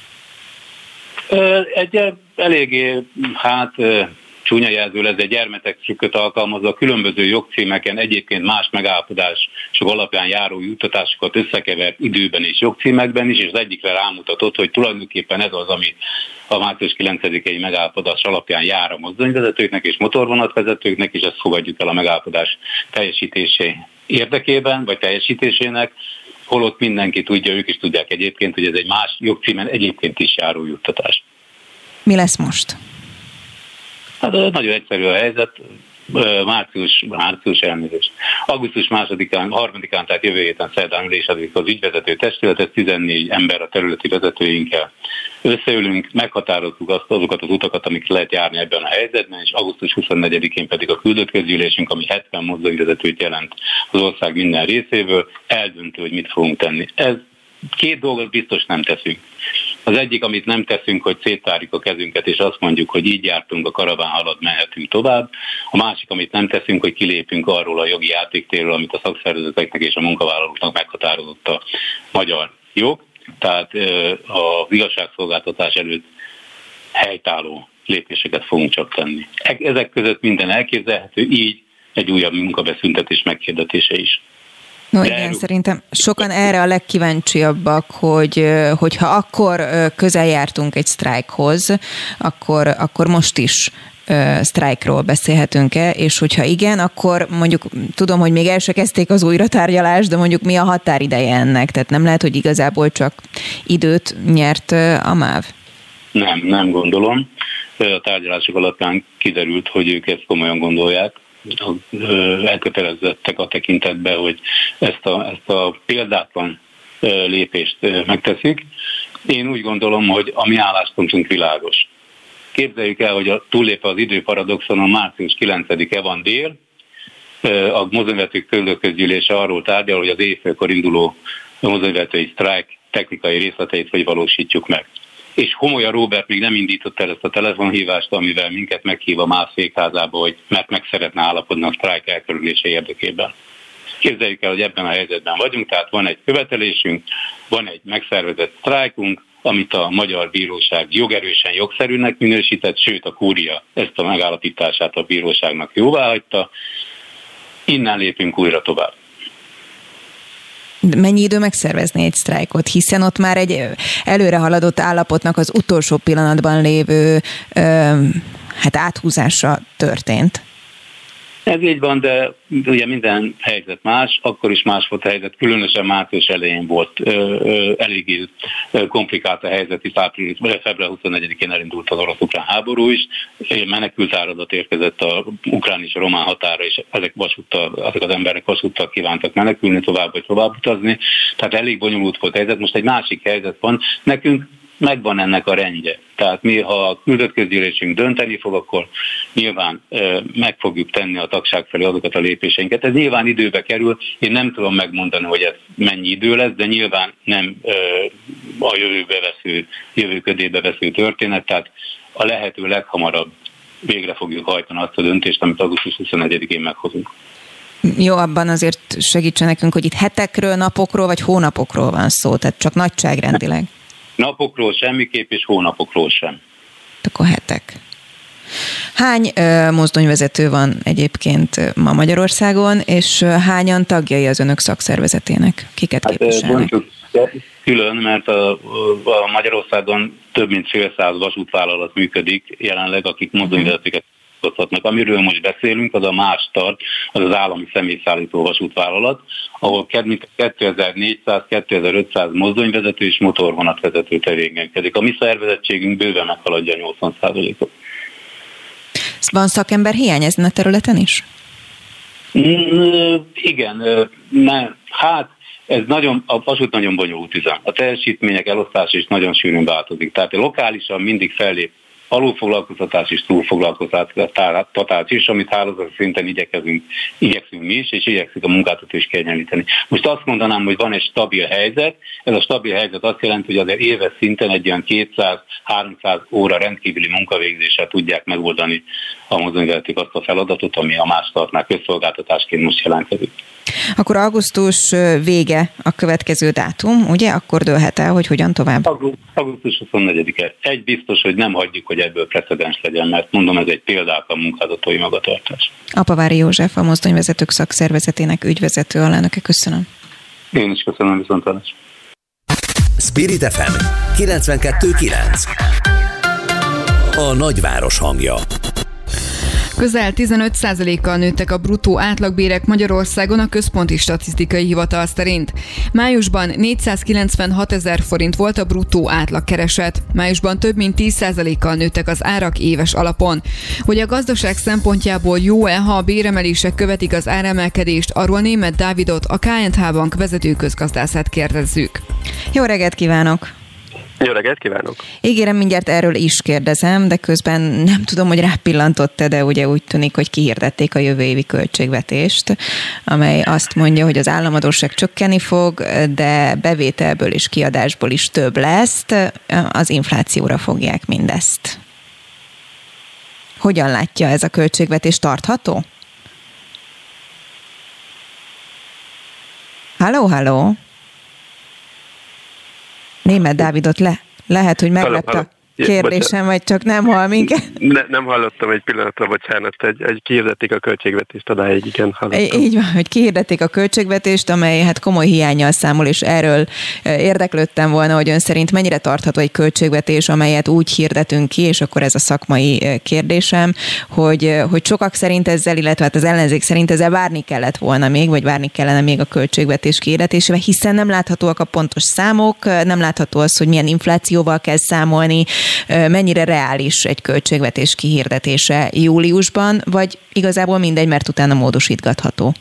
[SPEAKER 7] Egy eléggé, csúnya jelző, ez egy gyermetek trükköt alkalmazva, különböző jogcímeken egyébként más megállapodások alapján járó juttatásokat összekevert időben és jogcímekben is, és az egyikre rámutatott, hogy tulajdonképpen ez az, ami a március 9-i megállapodás alapján jár a mozdonyvezetőknek és motorvonatvezetőknek, és ezt fogadjuk el a megállapodás teljesítésé érdekében, vagy teljesítésének, holott mindenki tudja, ők is tudják egyébként, hogy ez egy más jogcímen egyébként is járó juttatás.
[SPEAKER 2] Mi lesz most?
[SPEAKER 7] Hát nagyon egyszerű a helyzet. Augusztus 3-án, tehát jövő héten szerdán ülésezik az ügyvezető testület, ez 14 ember a területi vezetőinkkel összeülünk, meghatározzuk azokat az utakat, amik lehet járni ebben a helyzetben, és augusztus 24-én pedig a küldött közgyűlésünk, ami 70 mozdonyvezetőt jelent az ország minden részéből, eldöntő, hogy mit fogunk tenni. Ez két dolgot biztos nem teszünk. Az egyik, amit nem teszünk, hogy széttárjuk a kezünket, és azt mondjuk, hogy így jártunk, a karaván halad, mehetünk tovább. A másik, amit nem teszünk, hogy kilépünk arról a jogi játéktérről, amit a szakszervezeteknek és a munkavállalóknak meghatározott a magyar jog. Tehát az igazságszolgáltatás előtt helytálló lépéseket fogunk csak tenni. Ezek között minden elképzelhető, így egy újabb munkabeszüntetés meghirdetése is.
[SPEAKER 2] No igen, szerintem sokan erre a legkíváncsiabbak, hogyha akkor közel jártunk egy sztrájkhoz, akkor most is sztrájkról beszélhetünk-e, és hogyha igen, akkor mondjuk tudom, hogy még el se kezdték az újratárgyalást, de mondjuk mi a határideje ennek? Tehát nem lehet, hogy igazából csak időt nyert a MÁV?
[SPEAKER 7] Nem gondolom. A tárgyalások alapján kiderült, hogy ők ezt komolyan gondolják. Elkötelezettek a tekintetben, hogy ezt a példátlan lépést megteszik. Én úgy gondolom, hogy a mi álláspontunk világos. Képzeljük el, hogy túllépve az időparadoxonon március 9-e van dél, a mozdonyvezetők küldőközgyűlése arról tárgyal, hogy az éjfélkor induló mozdonyvezetői sztrájk technikai részleteit hogy valósítjuk meg. és Homolya Róbert még nem indította el ezt a telefonhívást, amivel minket meghív a MÁV székházába, hogy mert meg szeretne állapodni a sztrájk elkerülése érdekében. Képzeljük el, hogy ebben a helyzetben vagyunk, tehát van egy követelésünk, van egy megszervezett sztrájkunk, amit a magyar bíróság jogerősen jogszerűnek minősített, sőt a kúria ezt a megállapítását a bíróságnak jóváhagyta. Innen lépünk újra tovább.
[SPEAKER 2] Mennyi idő megszervezni egy sztrájkot, hiszen ott már egy előrehaladott állapotnak az utolsó pillanatban lévő áthúzása történt?
[SPEAKER 7] Ez így van, de ugye minden helyzet más, akkor is más volt a helyzet, különösen március elején volt eléggé komplikált a helyzet, hisz február 24-én elindult az orosz-ukrán háború is, menekült áradat érkezett a ukrán és a román határa, és ezek az emberek vasúttal kívántak menekülni tovább, vagy tovább utazni, tehát elég bonyolult volt a helyzet. Most egy másik helyzet van, nekünk megvan ennek a rendje. Tehát mi, ha a küldött közgyűlésünk dönteni fog, akkor nyilván meg fogjuk tenni a tagság felé azokat a lépéseinket. Ez nyilván időbe kerül, én nem tudom megmondani, hogy ez mennyi idő lesz, de nyilván nem a jövőködébe vesző történet, tehát a lehető leghamarabb végre fogjuk hajtani azt a döntést, amit augusztus 21-én meghozunk.
[SPEAKER 2] Jó, abban azért segítsen nekünk, hogy itt hetekről, napokról vagy hónapokról van szó, tehát csak nagyságrendileg.
[SPEAKER 7] Napokról semmiképp, és hónapokról sem.
[SPEAKER 2] Akkor hetek. Hány mozdonyvezető van egyébként ma Magyarországon, és hányan tagjai az önök szakszervezetének? Kiket képviselnek?
[SPEAKER 7] Külön, mert a Magyarországon több mint fél száz vasútvállalat működik jelenleg, akik mozdonyvezetőket tartóztatnak. Amiről most beszélünk, az a MÁV-START, az az állami személyszállító vasútvállalat, ahol 2400-2500 mozdonyvezető és motorvonatvezető tevékenykedik. A mi szervezettségünk bőven meghaladja 80%-ot.
[SPEAKER 2] Van szakember hiány ezen a területen is?
[SPEAKER 7] Igen, a vasút nagyon bonyolult üzem. A teljesítmények elosztása is nagyon sűrűn változik. Tehát lokálisan mindig fellép alulfoglalkoztatás és túlfoglalkoztatás is, amit hálózati szinten igyekszünk mi is, és igyekszik a munkáltató is kiegyenlíteni. Most azt mondanám, hogy van egy stabil helyzet, ez a stabil helyzet azt jelenti, hogy azért éves szinten egy olyan 200-300 óra rendkívüli munkavégzéssel tudják megoldani a mozdonyvezetők azt a feladatot, ami a MÁV-START-nál közszolgáltatásként most jelentkezik.
[SPEAKER 2] Akkor augusztus vége a következő dátum, ugye? Akkor dőlhet el, hogy hogyan tovább?
[SPEAKER 7] Augusztus 24-e. Egy biztos, hogy nem hagyjuk, hogy ebből precedens legyen, mert mondom, ez egy példátlan munkáltatói magatartás.
[SPEAKER 2] Apavári József, a Mozdonyvezetők Szakszervezetének ügyvezető alelnöke. Köszönöm.
[SPEAKER 7] Én is köszönöm, viszontlátásra.
[SPEAKER 1] Spirit FM 92.9. A nagyváros hangja.
[SPEAKER 3] Közel 15%-kal nőttek a bruttó átlagbérek Magyarországon a Központi Statisztikai Hivatal szerint. Májusban 496 000 forint volt a bruttó átlagkereset. Májusban több mint 10%-kal nőttek az árak éves alapon. Hogy a gazdaság szempontjából jó-e, ha a béremelések követik az áremelkedést, arról Németh Dávidot, a K&H Bank vezető közgazdászát kérdezzük.
[SPEAKER 2] Jó reggelt kívánok!
[SPEAKER 8] Jó reggelt kívánok!
[SPEAKER 2] Ígérem, mindjárt erről is kérdezem, de közben nem tudom, hogy rápillantott-e, de ugye úgy tűnik, hogy kihirdették a jövő évi költségvetést, amely azt mondja, hogy az államadósság csökkenni fog, de bevételből és kiadásból is több lesz, az inflációra fogják mindezt. Hogyan látja, ez a költségvetés tartható? Halló? Németh Dávidot lehet, hogy meglepte a kérdésem, vagy csak nem hall minket.
[SPEAKER 8] Nem hallottam egy pillanatra, bocsánat, egy kihirdették a költségvetést, odáig igen hallottam.
[SPEAKER 2] Így van, hogy kihirdették a költségvetést, amely hát komoly hiánnyal számol, és erről érdeklődtem volna, hogy ön szerint mennyire tartható egy költségvetés, amelyet úgy hirdetünk ki, és akkor ez a szakmai kérdésem, hogy sokak szerint ezzel, illetve hát az ellenzék szerint ezzel várni kellett volna még, vagy várni kellene még a költségvetés kihirdetésével, hiszen nem láthatóak a pontos számok, nem látható az, hogy milyen inflációval kell számolni, mennyire reális egy költségvetés kihirdetése júliusban, vagy igazából mindegy, mert utána módosítgatható?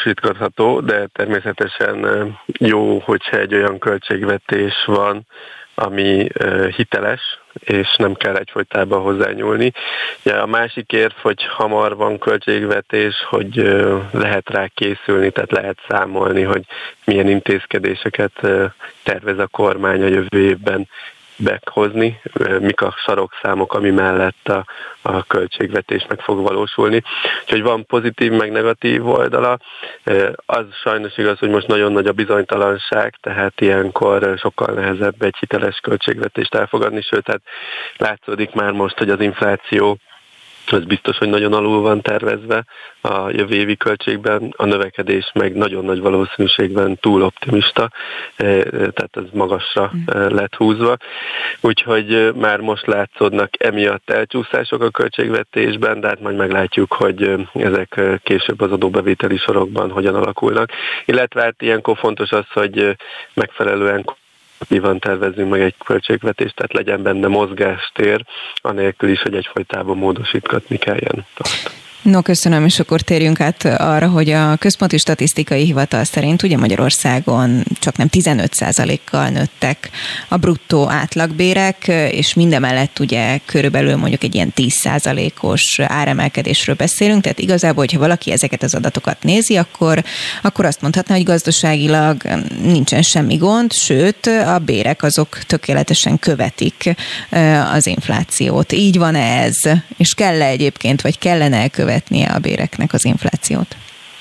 [SPEAKER 8] Módosítgatható, de természetesen jó, hogyha egy olyan költségvetés van, ami hiteles, és nem kell egyfolytában hozzányúlni. Ja, a másik érv, hogy hamar van költségvetés, hogy lehet rá készülni, tehát lehet számolni, hogy milyen intézkedéseket tervez a kormány a jövő évben meghozni, mik a sarokszámok, ami mellett a költségvetés meg fog valósulni. Úgyhogy van pozitív, meg negatív oldala. Az sajnos igaz, hogy most nagyon nagy a bizonytalanság, tehát ilyenkor sokkal nehezebb egy hiteles költségvetést elfogadni, sőt, tehát látszódik már most, hogy az infláció az biztos, hogy nagyon alul van tervezve a jövő évi költségben, a növekedés meg nagyon nagy valószínűségben túl optimista, tehát ez magasra lett húzva. Úgyhogy már most látszódnak emiatt elcsúszások a költségvetésben, de hát majd meglátjuk, hogy ezek később az adóbevételi sorokban hogyan alakulnak. Illetve hát ilyenkor fontos az, hogy megfelelően nyilván tervezzünk meg egy költségvetést, tehát legyen benne mozgástér, anélkül is, hogy egyfolytában módosítgatni kelljen.
[SPEAKER 2] No, köszönöm, és akkor térjünk át arra, hogy a Központi Statisztikai Hivatal szerint ugye Magyarországon csak nem 15%-kal nőttek a bruttó átlagbérek, és mindemellett ugye körülbelül mondjuk egy ilyen 10%-os áremelkedésről beszélünk, tehát igazából, hogyha valaki ezeket az adatokat nézi, akkor azt mondhatná, hogy gazdaságilag nincsen semmi gond, sőt, a bérek azok tökéletesen követik az inflációt. Így van ez, és kell-e egyébként, vagy kellene elkövetnie a béreknek az inflációt?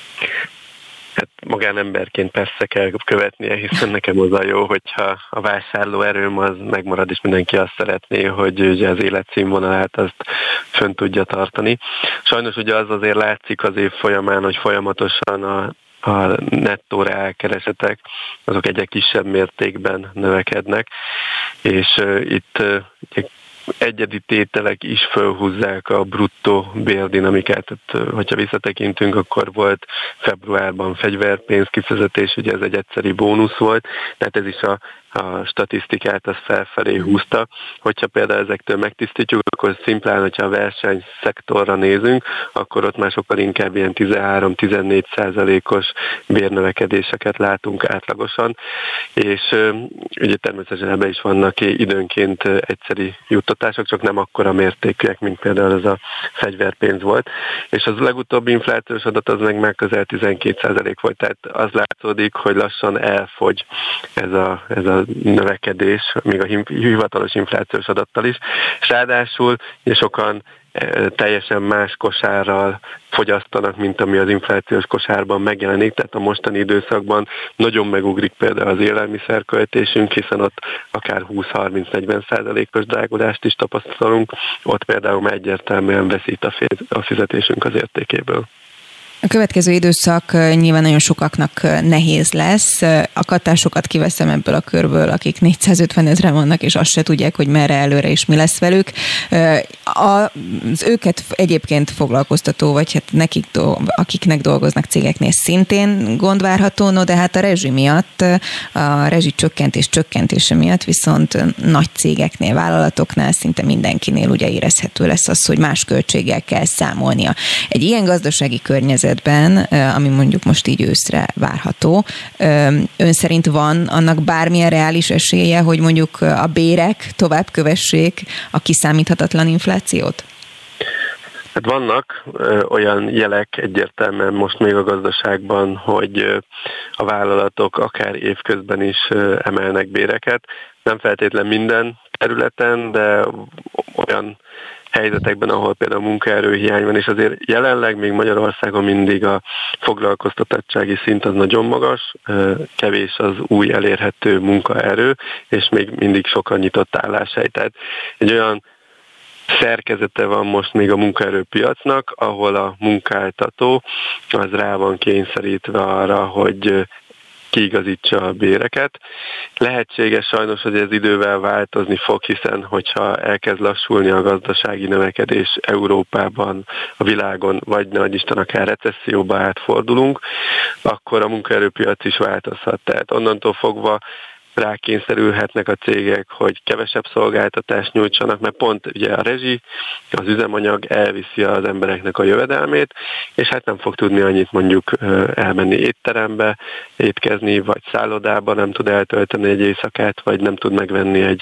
[SPEAKER 8] Hát magánemberként persze kell követnie, hiszen nekem az a jó, hogyha a vásárló erőm az megmarad, és mindenki azt szeretné, hogy ugye az életszínvonalát azt fönn tudja tartani. Sajnos ugye az azért látszik az év folyamán, hogy folyamatosan a nettó reálkeresetek, azok egyre kisebb mértékben növekednek, és itt egyedi tételek is fölhúzzák a bruttó bérdinamikát. Tehát, hogyha visszatekintünk, akkor volt februárban fegyverpénz kifizetés, ugye ez egy egyszeri bónusz volt, tehát ez is a statisztikát az felfelé húzta. Hogyha például ezektől megtisztítjuk, akkor szimplán, hogyha a versenyszektorra nézünk, akkor ott már sokkal inkább ilyen 13-14%-os bérnövekedéseket látunk átlagosan, és ugye természetesen ebben is vannak időnként egyszeri juttatások, csak nem akkora mértékűek, mint például ez a fegyverpénz volt. És az legutóbbi inflációs adat az meg közel 12% volt, tehát az látszódik, hogy lassan elfogy ez a növekedés, még a hivatalos inflációs adattal is, és ráadásul sokan teljesen más kosárral fogyasztanak, mint ami az inflációs kosárban megjelenik, tehát a mostani időszakban nagyon megugrik például az élelmiszerköltésünk, hiszen ott akár 20-30-40%-os drágulást is tapasztalunk, ott például már egyértelműen veszít a fizetésünk az értékéből.
[SPEAKER 2] A következő időszak nyilván nagyon sokaknak nehéz lesz. A kattásokat kiveszem ebből a körből, akik 450 000 vannak, és azt se tudják, hogy merre előre és mi lesz velük. Az őket egyébként foglalkoztató, vagy hát nekik, akiknek dolgoznak cégeknél szintén gond várható, no, de hát a rezsi miatt, a rezsicsökkentés csökkentése miatt viszont nagy cégeknél, vállalatoknál szinte mindenkinél ugye érezhető lesz az, hogy más költséggel kell számolnia. Egy ilyen gazdasági környezet, ami mondjuk most így őszre várható. Ön szerint van annak bármilyen reális esélye, hogy mondjuk a bérek tovább kövessék a kiszámíthatatlan inflációt?
[SPEAKER 8] Hát vannak olyan jelek egyértelműen most még a gazdaságban, hogy a vállalatok akár évközben is emelnek béreket. Nem feltétlen minden területen, de olyan helyzetekben, ahol például munkaerőhiány van, és azért jelenleg még Magyarországon mindig a foglalkoztatottsági szint az nagyon magas, kevés az új elérhető munkaerő, és még mindig sokan nyitott álláshely. Tehát egy olyan szerkezete van most még a munkaerőpiacnak, ahol a munkáltató az rá van kényszerítve arra, hogy kiigazítsa a béreket. Lehetséges sajnos, hogy ez idővel változni fog, hiszen hogyha elkezd lassulni a gazdasági növekedés Európában, a világon, vagy nehogy Isten akár recesszióba átfordulunk, akkor a munkaerőpiac is változhat. Tehát onnantól fogva rákényszerülhetnek a cégek, hogy kevesebb szolgáltatást nyújtsanak, mert pont ugye a rezsi, az üzemanyag elviszi az embereknek a jövedelmét, és hát nem fog tudni annyit mondjuk elmenni étterembe, étkezni, vagy szállodába, nem tud eltölteni egy éjszakát, vagy nem tud megvenni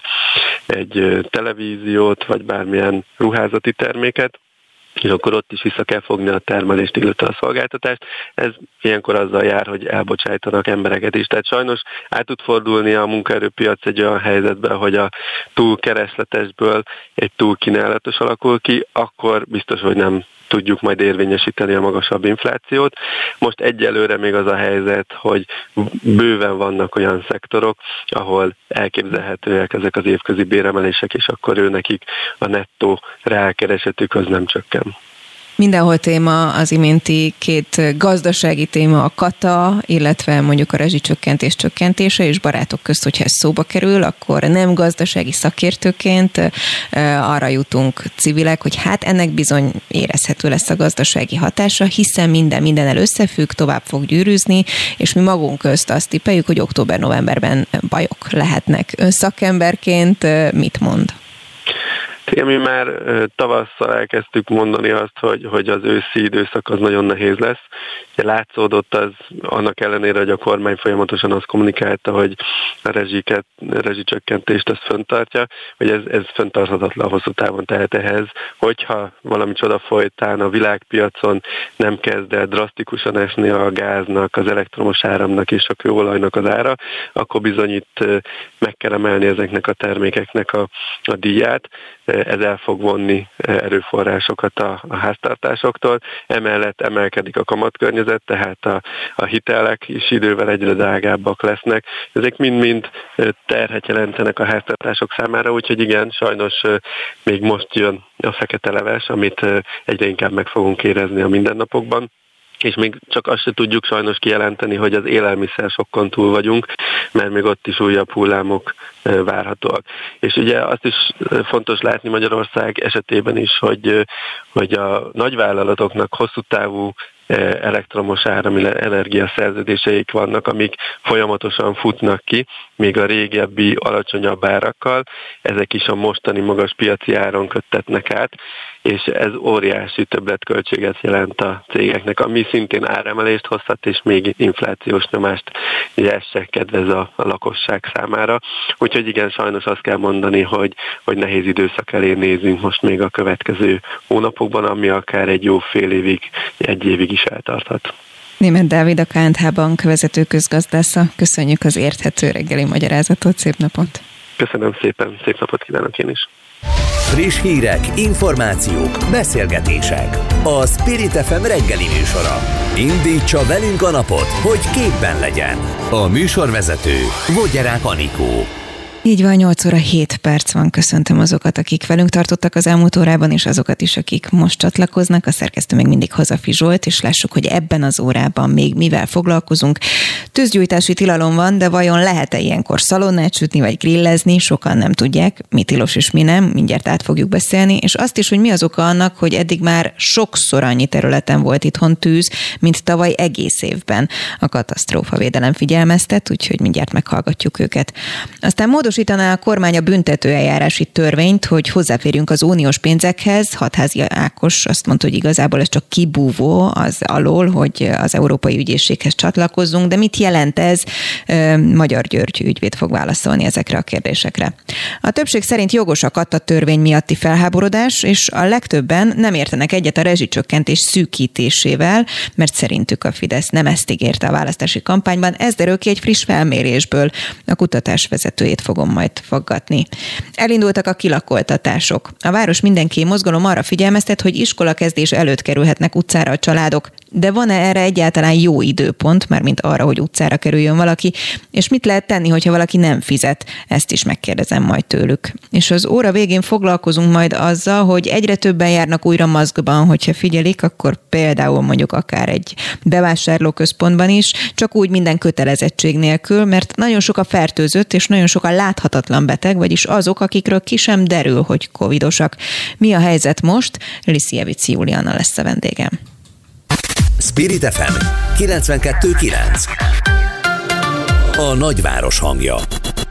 [SPEAKER 8] egy televíziót, vagy bármilyen ruházati terméket, és akkor ott is vissza kell fogni a termelést, illetve a szolgáltatást. Ez ilyenkor azzal jár, hogy elbocsájtanak embereket is. Tehát sajnos át tud fordulni a munkaerőpiac egy olyan helyzetbe, hogy a túl keresletesből egy túl kínálatos alakul ki, akkor biztos, hogy nem tudjuk majd érvényesíteni a magasabb inflációt. Most egyelőre még az a helyzet, hogy bőven vannak olyan szektorok, ahol elképzelhetőek ezek az évközi béremelések, és akkor nekik a nettó reálkeresetük az nem csökken.
[SPEAKER 2] Mindenhol téma az iménti két gazdasági téma, a kata, illetve mondjuk a rezsicsökkentés csökkentése, és barátok közt, hogyha ez szóba kerül, akkor nem gazdasági szakértőként arra jutunk civilek, hogy hát ennek bizony érezhető lesz a gazdasági hatása, hiszen mindennel összefügg, tovább fog gyűrűzni, és mi magunk közt azt tippeljük, hogy október-novemberben bajok lehetnek. Ön szakemberként mit mond?
[SPEAKER 8] Igen, mi már tavasszal elkezdtük mondani azt, hogy az őszi időszak az nagyon nehéz lesz. Látszódott az, annak ellenére, hogy a kormány folyamatosan azt kommunikálta, hogy a rezsicsökkentést ezt fenntartja, hogy ez fenntarthatatlan hosszú távon. Tehát ehhez, hogyha valami csoda folytán a világpiacon nem kezd el drasztikusan esni a gáznak, az elektromos áramnak és a kőolajnak az ára, akkor bizony itt meg kell emelni ezeknek a termékeknek a díját. Ez el fog vonni erőforrásokat a háztartásoktól. Emellett emelkedik a kamatkörnyezet, tehát a hitelek is idővel egyre drágábbak lesznek. Ezek mind-mind terhet jelentenek a háztartások számára, úgyhogy igen, sajnos még most jön a fekete leves, amit egyre inkább meg fogunk érezni a mindennapokban. És még csak azt se tudjuk sajnos kijelenteni, hogy az élelmiszer sokkon túl vagyunk, mert még ott is újabb hullámok várhatóak. És ugye azt is fontos látni Magyarország esetében is, hogy a nagyvállalatoknak hosszú távú elektromos energiaszerződéseik vannak, amik folyamatosan futnak ki, még a régebbi alacsonyabb árakkal, ezek is a mostani magas piaci áron köttetnek át, és ez óriási többletköltséget jelent a cégeknek, ami szintén áremelést hozhat, és még inflációs nyomást, ugye ez se kedvez a lakosság számára. Úgyhogy igen, sajnos azt kell mondani, hogy nehéz időszak elé nézünk most még a következő hónapokban, ami akár egy jó fél évig, egy évig is eltarthat.
[SPEAKER 2] Németh Dávid, a KNTH Bank vezető közgazdásza. Köszönjük az érthető reggeli magyarázatot, szép napot!
[SPEAKER 8] Köszönöm szépen, szép napot kívánok én is!
[SPEAKER 1] Friss hírek, információk, beszélgetések. A Spirit FM reggeli műsora. Indítsa velünk a napot, hogy képben legyen. A műsorvezető Vogyerák Anikó.
[SPEAKER 2] Így van, 8 óra 7 perc van. Köszöntöm azokat, akik velünk tartottak az elmúlt órában, és azokat is, akik most csatlakoznak. A szerkesztő még mindig Hazafi Zsolt, és lássuk, hogy ebben az órában még mivel foglalkozunk. Tűzgyújtási tilalom van, de vajon lehet-e ilyenkor szalonnát sütni vagy grillezni? Sokan nem tudják, mi tilos és mi nem. Mindjárt át fogjuk beszélni, és azt is, hogy mi az oka annak, hogy eddig már sokszor annyi területen volt itthon tűz, mint tavaly egész évben. A katasztrófavédelem figyelmeztet, úgyhogy mindjárt meghallgatjuk őket. Aztán módosítaná a kormány a büntetőeljárási törvényt, hogy hozzáférjünk az uniós pénzekhez. Hatházi Ákos azt mondta, hogy igazából ez csak kibúvó az alól, hogy az Európai Ügyészséghez csatlakozzunk, de mit jelent ez? Magyar György ügyvéd fog válaszolni ezekre a kérdésekre. A többség szerint jogos a katta törvény miatti felháborodás, és a legtöbben nem értenek egyet a rezsicsökkentés szűkítésével, mert szerintük a Fidesz nem ezt ígérte a választási kampányban. Ez derül ki egy friss felmérésből. A kutatás vezetőjét fogom majd faggatni. Elindultak a kilakoltatások. A Város Mindenki mozgalom arra figyelmeztet, hogy iskolakezdés előtt kerülhetnek utcára a családok, de van-e erre egyáltalán jó időpont, mármint arra, hogy utcára kerüljön valaki, és mit lehet tenni, hogyha valaki nem fizet? Ezt is megkérdezem majd tőlük. És az óra végén foglalkozunk majd azzal, hogy egyre többen járnak újra maszkban, hogyha figyelik, akkor például mondjuk akár egy bevásárlóközpontban is, csak úgy minden kötelezettség nélkül, mert nagyon sok a fertőzött, és nagyon sok a láthatatlan beteg, vagyis azok, akikről ki sem derül, hogy covidosak. Mi a helyzet most? Liszievic Juliana lesz a vendégem.
[SPEAKER 1] Spirit FM 92.9. A nagyváros hangja.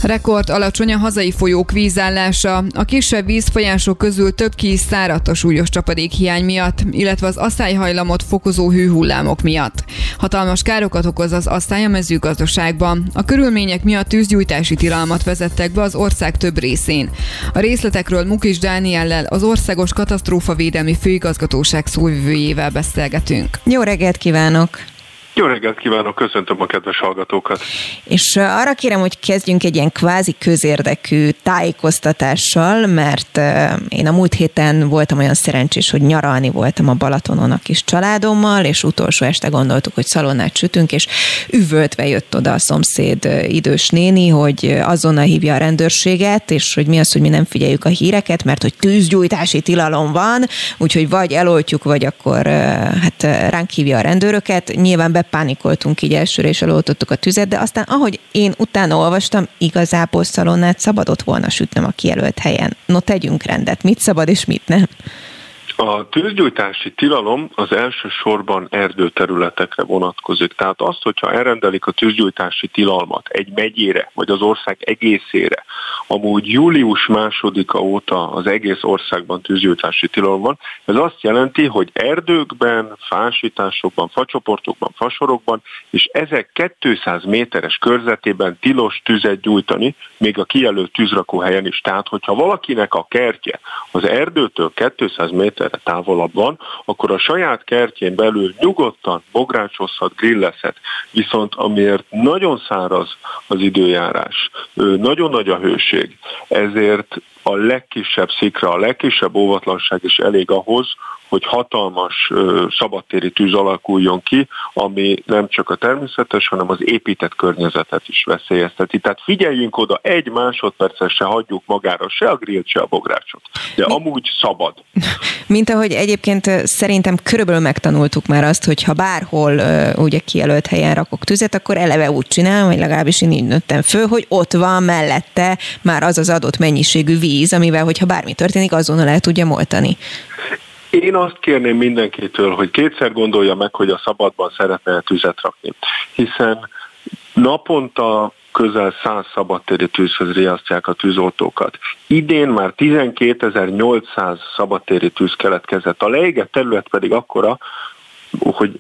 [SPEAKER 3] Rekord alacsony a hazai folyók vízállása. A kisebb vízfolyások közül több ki is száradt a súlyos csapadékhiány miatt, illetve az aszályhajlamot fokozó hőhullámok miatt. Hatalmas károkat okoz az aszály a mezőgazdaságban. A körülmények miatt tűzgyújtási tilalmat vezettek be az ország több részén. A részletekről Mukis Dániellel, az Országos Katasztrófavédelmi Főigazgatóság szóvivőjével beszélgetünk.
[SPEAKER 2] Jó reggelt kívánok!
[SPEAKER 9] Jó reggelt kívánok, köszöntöm a kedves hallgatókat!
[SPEAKER 2] És arra kérem, hogy kezdjünk egy ilyen kvázi közérdekű tájékoztatással, mert én a múlt héten voltam olyan szerencsés, hogy nyaralni voltam a Balatonon a kis családommal, és utolsó este gondoltuk, hogy szalonnát sütünk, és üvöltve jött oda a szomszéd idős néni, hogy azonnal hívja a rendőrséget, és hogy mi az, hogy mi nem figyeljük a híreket, mert hogy tűzgyújtási tilalom van, úgyhogy vagy eloltjuk, vagy akkor ránk hívja a rendőröket. Nyilván bepánikoltunk így elsőre, és eloltottuk a tüzet, de aztán, ahogy én utána olvastam, igazából szalonnát szabadott volna sütnem a kijelölt helyen. No, tegyünk rendet, mit szabad és mit nem.
[SPEAKER 9] A tűzgyújtási tilalom az elsősorban erdőterületekre vonatkozik. Tehát azt, hogyha elrendelik a tűzgyújtási tilalmat egy megyére, vagy az ország egészére, amúgy július 2-a óta az egész országban tűzgyújtási tilalom van, ez azt jelenti, hogy erdőkben, fásításokban, facsoportokban, fasorokban, és ezek 200 méteres körzetében tilos tüzet gyújtani, még a kijelölt tűzrakóhelyen is. Tehát, hogyha valakinek a kertje az erdőtől 200 méter távolabb van, akkor a saját kertjén belül nyugodtan bográcsozhat, grillezhet. Viszont amiért nagyon száraz az időjárás, nagyon nagy a hőség, ezért a legkisebb szikra, a legkisebb óvatlanság is elég ahhoz, hogy hatalmas szabadtéri tűz alakuljon ki, ami nem csak a természetes, hanem az épített környezetet is veszélyezteti. Tehát figyeljünk oda, egy másodpercet se hagyjuk magára, se a grillt, se a bográcsot. De amúgy szabad.
[SPEAKER 2] Mint ahogy egyébként szerintem körülbelül megtanultuk már azt, hogy ha bárhol ugye kijelölt helyen rakok tüzet, akkor eleve úgy csinálom, vagy legalábbis én így nőttem föl, hogy ott van mellette már az adott mennyiségű víz, amivel, hogyha bármi történik, azonnal el tudja oltani.
[SPEAKER 9] Én azt kérném mindenkitől, hogy kétszer gondolja meg, hogy a szabadban szeretne tüzet rakni. Hiszen naponta közel 100 szabadtéri tűzhöz riasztják a tűzoltókat. Idén már 12.800 szabadtéri tűz keletkezett. A leégett terület pedig akkora, hogy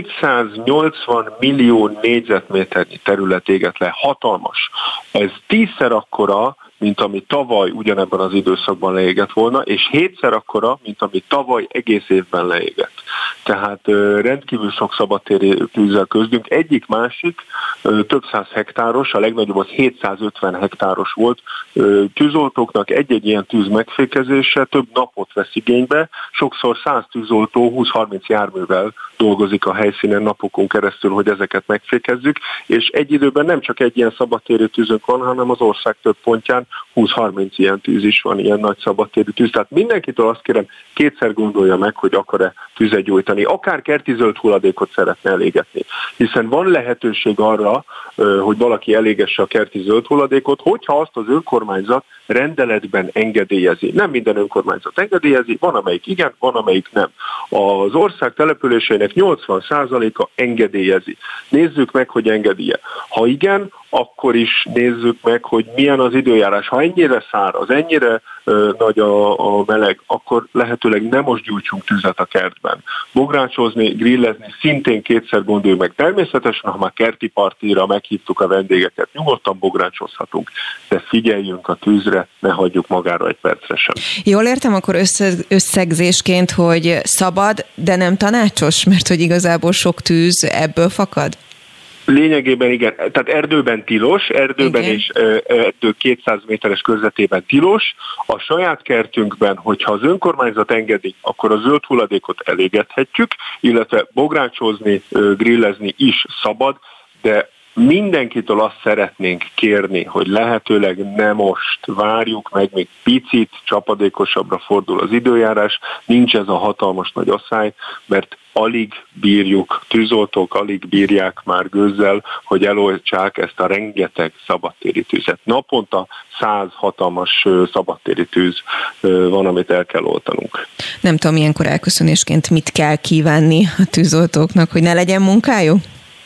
[SPEAKER 9] 480 millió négyzetméternyi terület égett le. Hatalmas. Ez 10-szer akkora, mint ami tavaly ugyanebben az időszakban leégett volna, és 7-szer akkora, mint ami tavaly egész évben leégett. Tehát rendkívül sok szabadtéri tűzzel küzdünk. Egyik-másik több száz hektáros, a legnagyobb az 750 hektáros volt. Tűzoltóknak egy-egy ilyen tűz megfékezése több napot vesz igénybe, sokszor 100 tűzoltó 20-30 járművel dolgozik a helyszínen napokon keresztül, hogy ezeket megfékezzük, és egy időben nem csak egy ilyen szabadtéri tűzünk van, hanem az ország több pontján 20-30 ilyen tűz is van, ilyen nagy szabadtéri tűz. Tehát mindenkitől azt kérem, kétszer gondolja meg, hogy akar-e tüzet gyújtani. Akár kerti zöld hulladékot szeretne elégetni. Hiszen van lehetőség arra, hogy valaki elégesse a kerti zöld hulladékot, hogyha azt az önkormányzat rendeletben engedélyezi. Nem minden önkormányzat engedélyezi, van amelyik igen, van amelyik nem. Az ország településeinek 80%-a engedélyezi. Nézzük meg, hogy engedélye. Ha igen, akkor is nézzük meg, hogy milyen az időjárás. Ha ennyire száraz, ennyire nagy a meleg, akkor lehetőleg nem most gyújtsunk tüzet a kertben. Bográcsozni, grillezni szintén kétszer gondoljuk meg. Természetesen, ha már kerti partira meghívtuk a vendégeket, nyugodtan bográcsozhatunk, de figyeljünk a tűzre, ne hagyjuk magára egy percre sem.
[SPEAKER 2] Jól értem akkor összegzésként, hogy szabad, de nem tanácsos, mert hogy igazából sok tűz ebből fakad?
[SPEAKER 9] Lényegében igen, tehát erdőben tilos, erdőben igen. És erdő 200 méteres körzetében tilos. A saját kertünkben, hogyha az önkormányzat engedi, akkor a zöld hulladékot elégethetjük, illetve bográcsozni, grillezni is szabad, de mindenkitől azt szeretnénk kérni, hogy lehetőleg ne most várjuk meg, még picit csapadékosabbra fordul az időjárás, nincs ez a hatalmas nagy asszály, mert alig bírjuk, tűzoltók alig bírják már gőzzel, hogy eloltsák ezt a rengeteg szabadtéri tűzet. Naponta 100 hatalmas szabadtéri tűz van, amit el kell oltanunk.
[SPEAKER 2] Nem tudom, ilyenkor elköszönésként mit kell kívánni a tűzoltóknak, hogy ne legyen munkájuk?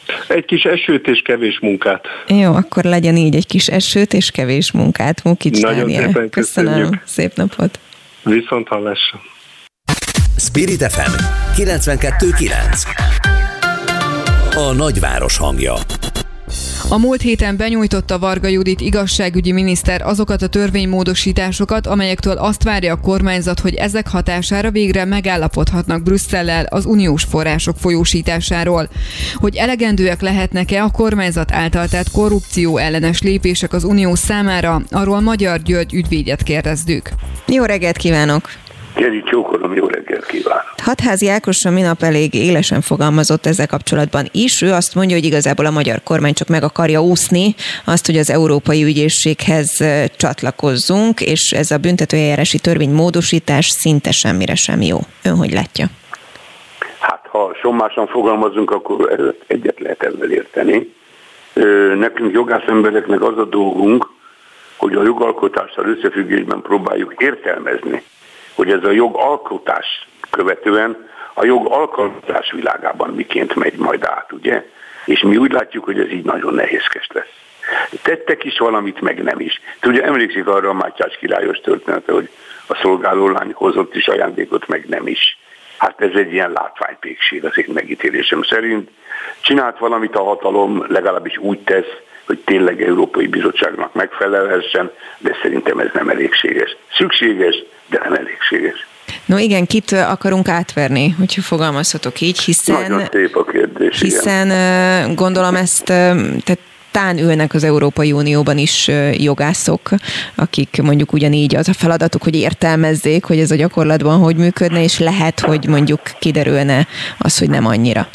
[SPEAKER 9] Egy kis esőt és kevés munkát.
[SPEAKER 2] Jó, akkor legyen így, egy kis esőt és kevés munkát. Mukics
[SPEAKER 9] Nagyon szépen
[SPEAKER 2] köszönöm. Szép napot.
[SPEAKER 9] Viszont hallásra.
[SPEAKER 1] Spirit FM 92.9. A nagyváros hangja.
[SPEAKER 3] A múlt héten benyújtotta Varga Judit igazságügyi miniszter azokat a törvénymódosításokat, amelyektől azt várja a kormányzat, hogy ezek hatására végre megállapodhatnak Brüsszellel az uniós források folyósításáról. Hogy elegendőek lehetnek-e a kormányzat által tett korrupció ellenes lépések az unió számára, arról Magyar György ügyvédet kérdezzük.
[SPEAKER 2] Jó reggelt kívánok!
[SPEAKER 10] Geri, csókolom, jó reggelt kívánok!
[SPEAKER 2] Hatházi Ákos a minap elég élesen fogalmazott ezzel kapcsolatban is. Ő azt mondja, hogy igazából a magyar kormány csak meg akarja úszni azt, hogy az Európai Ügyészséghez csatlakozzunk, és ez a büntetőeljárási törvénymódosítás szinte semmire sem jó. Ön hogy látja?
[SPEAKER 10] Hát, ha sommásan fogalmazunk, akkor egyet lehet ezzel érteni. Nekünk jogászembereknek az a dolgunk, hogy a jogalkotással összefüggésben próbáljuk értelmezni, hogy ez a jogalkotás követően a jogalkotás világában miként megy majd át, ugye? És mi úgy látjuk, hogy ez így nagyon nehézkes lesz. Tettek is valamit, meg nem is. Ugye emlékszik arra a Mátyás királyos története, hogy a szolgálólány hozott is ajándékot, meg nem is. Hát ez egy ilyen látványpékség az én megítélésem szerint. Csinált valamit a hatalom, legalábbis úgy tesz, hogy tényleg Európai Bizottságnak megfelelhessen, de szerintem ez nem elégséges. Szükséges, de nem elégséges.
[SPEAKER 2] No igen, kit akarunk átverni, hogyha fogalmazhatok így, hiszen...
[SPEAKER 10] Nagyon szép a kérdés,
[SPEAKER 2] hiszen gondolom ezt, tehát tán ülnek az Európai Unióban is jogászok, akik mondjuk ugyanígy az a feladatuk, hogy értelmezzék, hogy ez a gyakorlatban hogy működne, és lehet, hogy mondjuk kiderülne az, hogy nem annyira.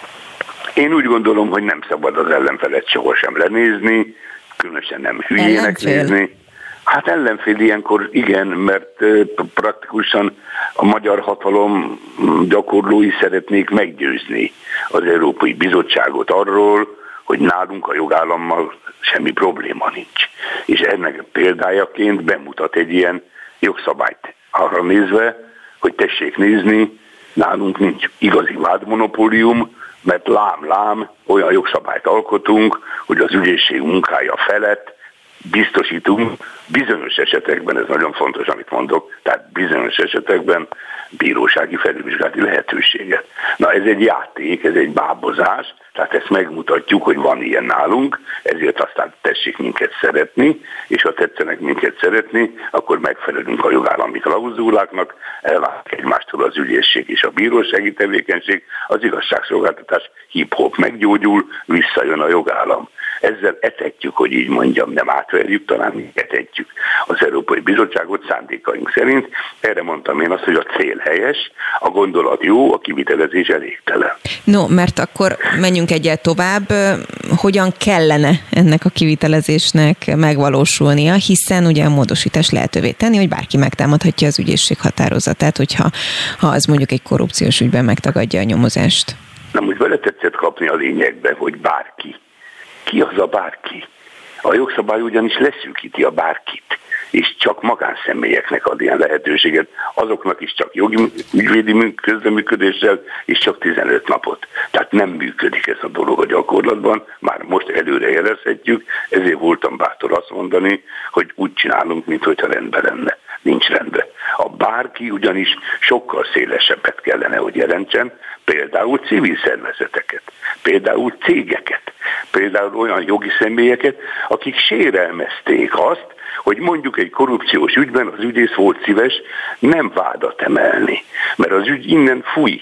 [SPEAKER 10] Én úgy gondolom, hogy nem szabad az ellenfelet sohasem lenézni, különösen nem hülyének nézni. Hát ellenfél ilyenkor igen, mert praktikusan a magyar hatalom gyakorlói szeretnék meggyőzni az Európai Bizottságot arról, hogy nálunk a jogállammal semmi probléma nincs. És ennek példájaként bemutat egy ilyen jogszabályt arra nézve, hogy tessék nézni, nálunk nincs igazi vádmonopólium, mert lám, olyan jogszabályt alkotunk, hogy az ügyészség munkája felett biztosítunk bizonyos esetekben, ez nagyon fontos, amit mondok, tehát bizonyos esetekben bírósági felülvizsgálati lehetőséget. Na ez egy játék, ez egy bábozás, tehát ezt megmutatjuk, hogy van ilyen nálunk, ezért aztán tessék minket szeretni, és ha tetszenek minket szeretni, akkor megfelelünk a jogállami klauzuláknak, elválik egymástól az ügyészség és a bírósági tevékenység, az igazságszolgáltatás hip-hop meggyógyul, visszajön a jogállam. Ezzel etetjük, hogy így mondjam, nem átverjük, talán mi etetjük az Európai Bizottságot szándékaink szerint. Erre mondtam én azt, hogy a cél helyes, a gondolat jó, a kivitelezés elégtelen.
[SPEAKER 2] No, mert akkor menjünk egyet tovább. Hogyan kellene ennek a kivitelezésnek megvalósulnia, hiszen ugye a módosítás lehetővé tenni, hogy bárki megtámadhatja az ügyészség határozatát, hogyha az mondjuk egy korrupciós ügyben megtagadja a nyomozást.
[SPEAKER 10] Nem, úgy vele tetszett kapni a lényegbe, hogy bárki. Ki az a bárki? A jogszabály ugyanis leszűkíti a bárkit, és csak magánszemélyeknek ad ilyen lehetőséget, azoknak is csak jogi ügyvédi közreműködéssel, és csak 15 napot. Tehát nem működik ez a dolog a gyakorlatban, már most előre jelezhetjük, ezért voltam bátor azt mondani, hogy úgy csinálunk, mintha rendben lenne. Nincs rendben. A bárki ugyanis sokkal szélesebbet kellene, hogy jelentsen, például civil szervezeteket, például cégeket, például olyan jogi személyeket, akik sérelmezték azt, hogy mondjuk egy korrupciós ügyben az ügyész volt szíves nem vádat emelni, mert az ügy innen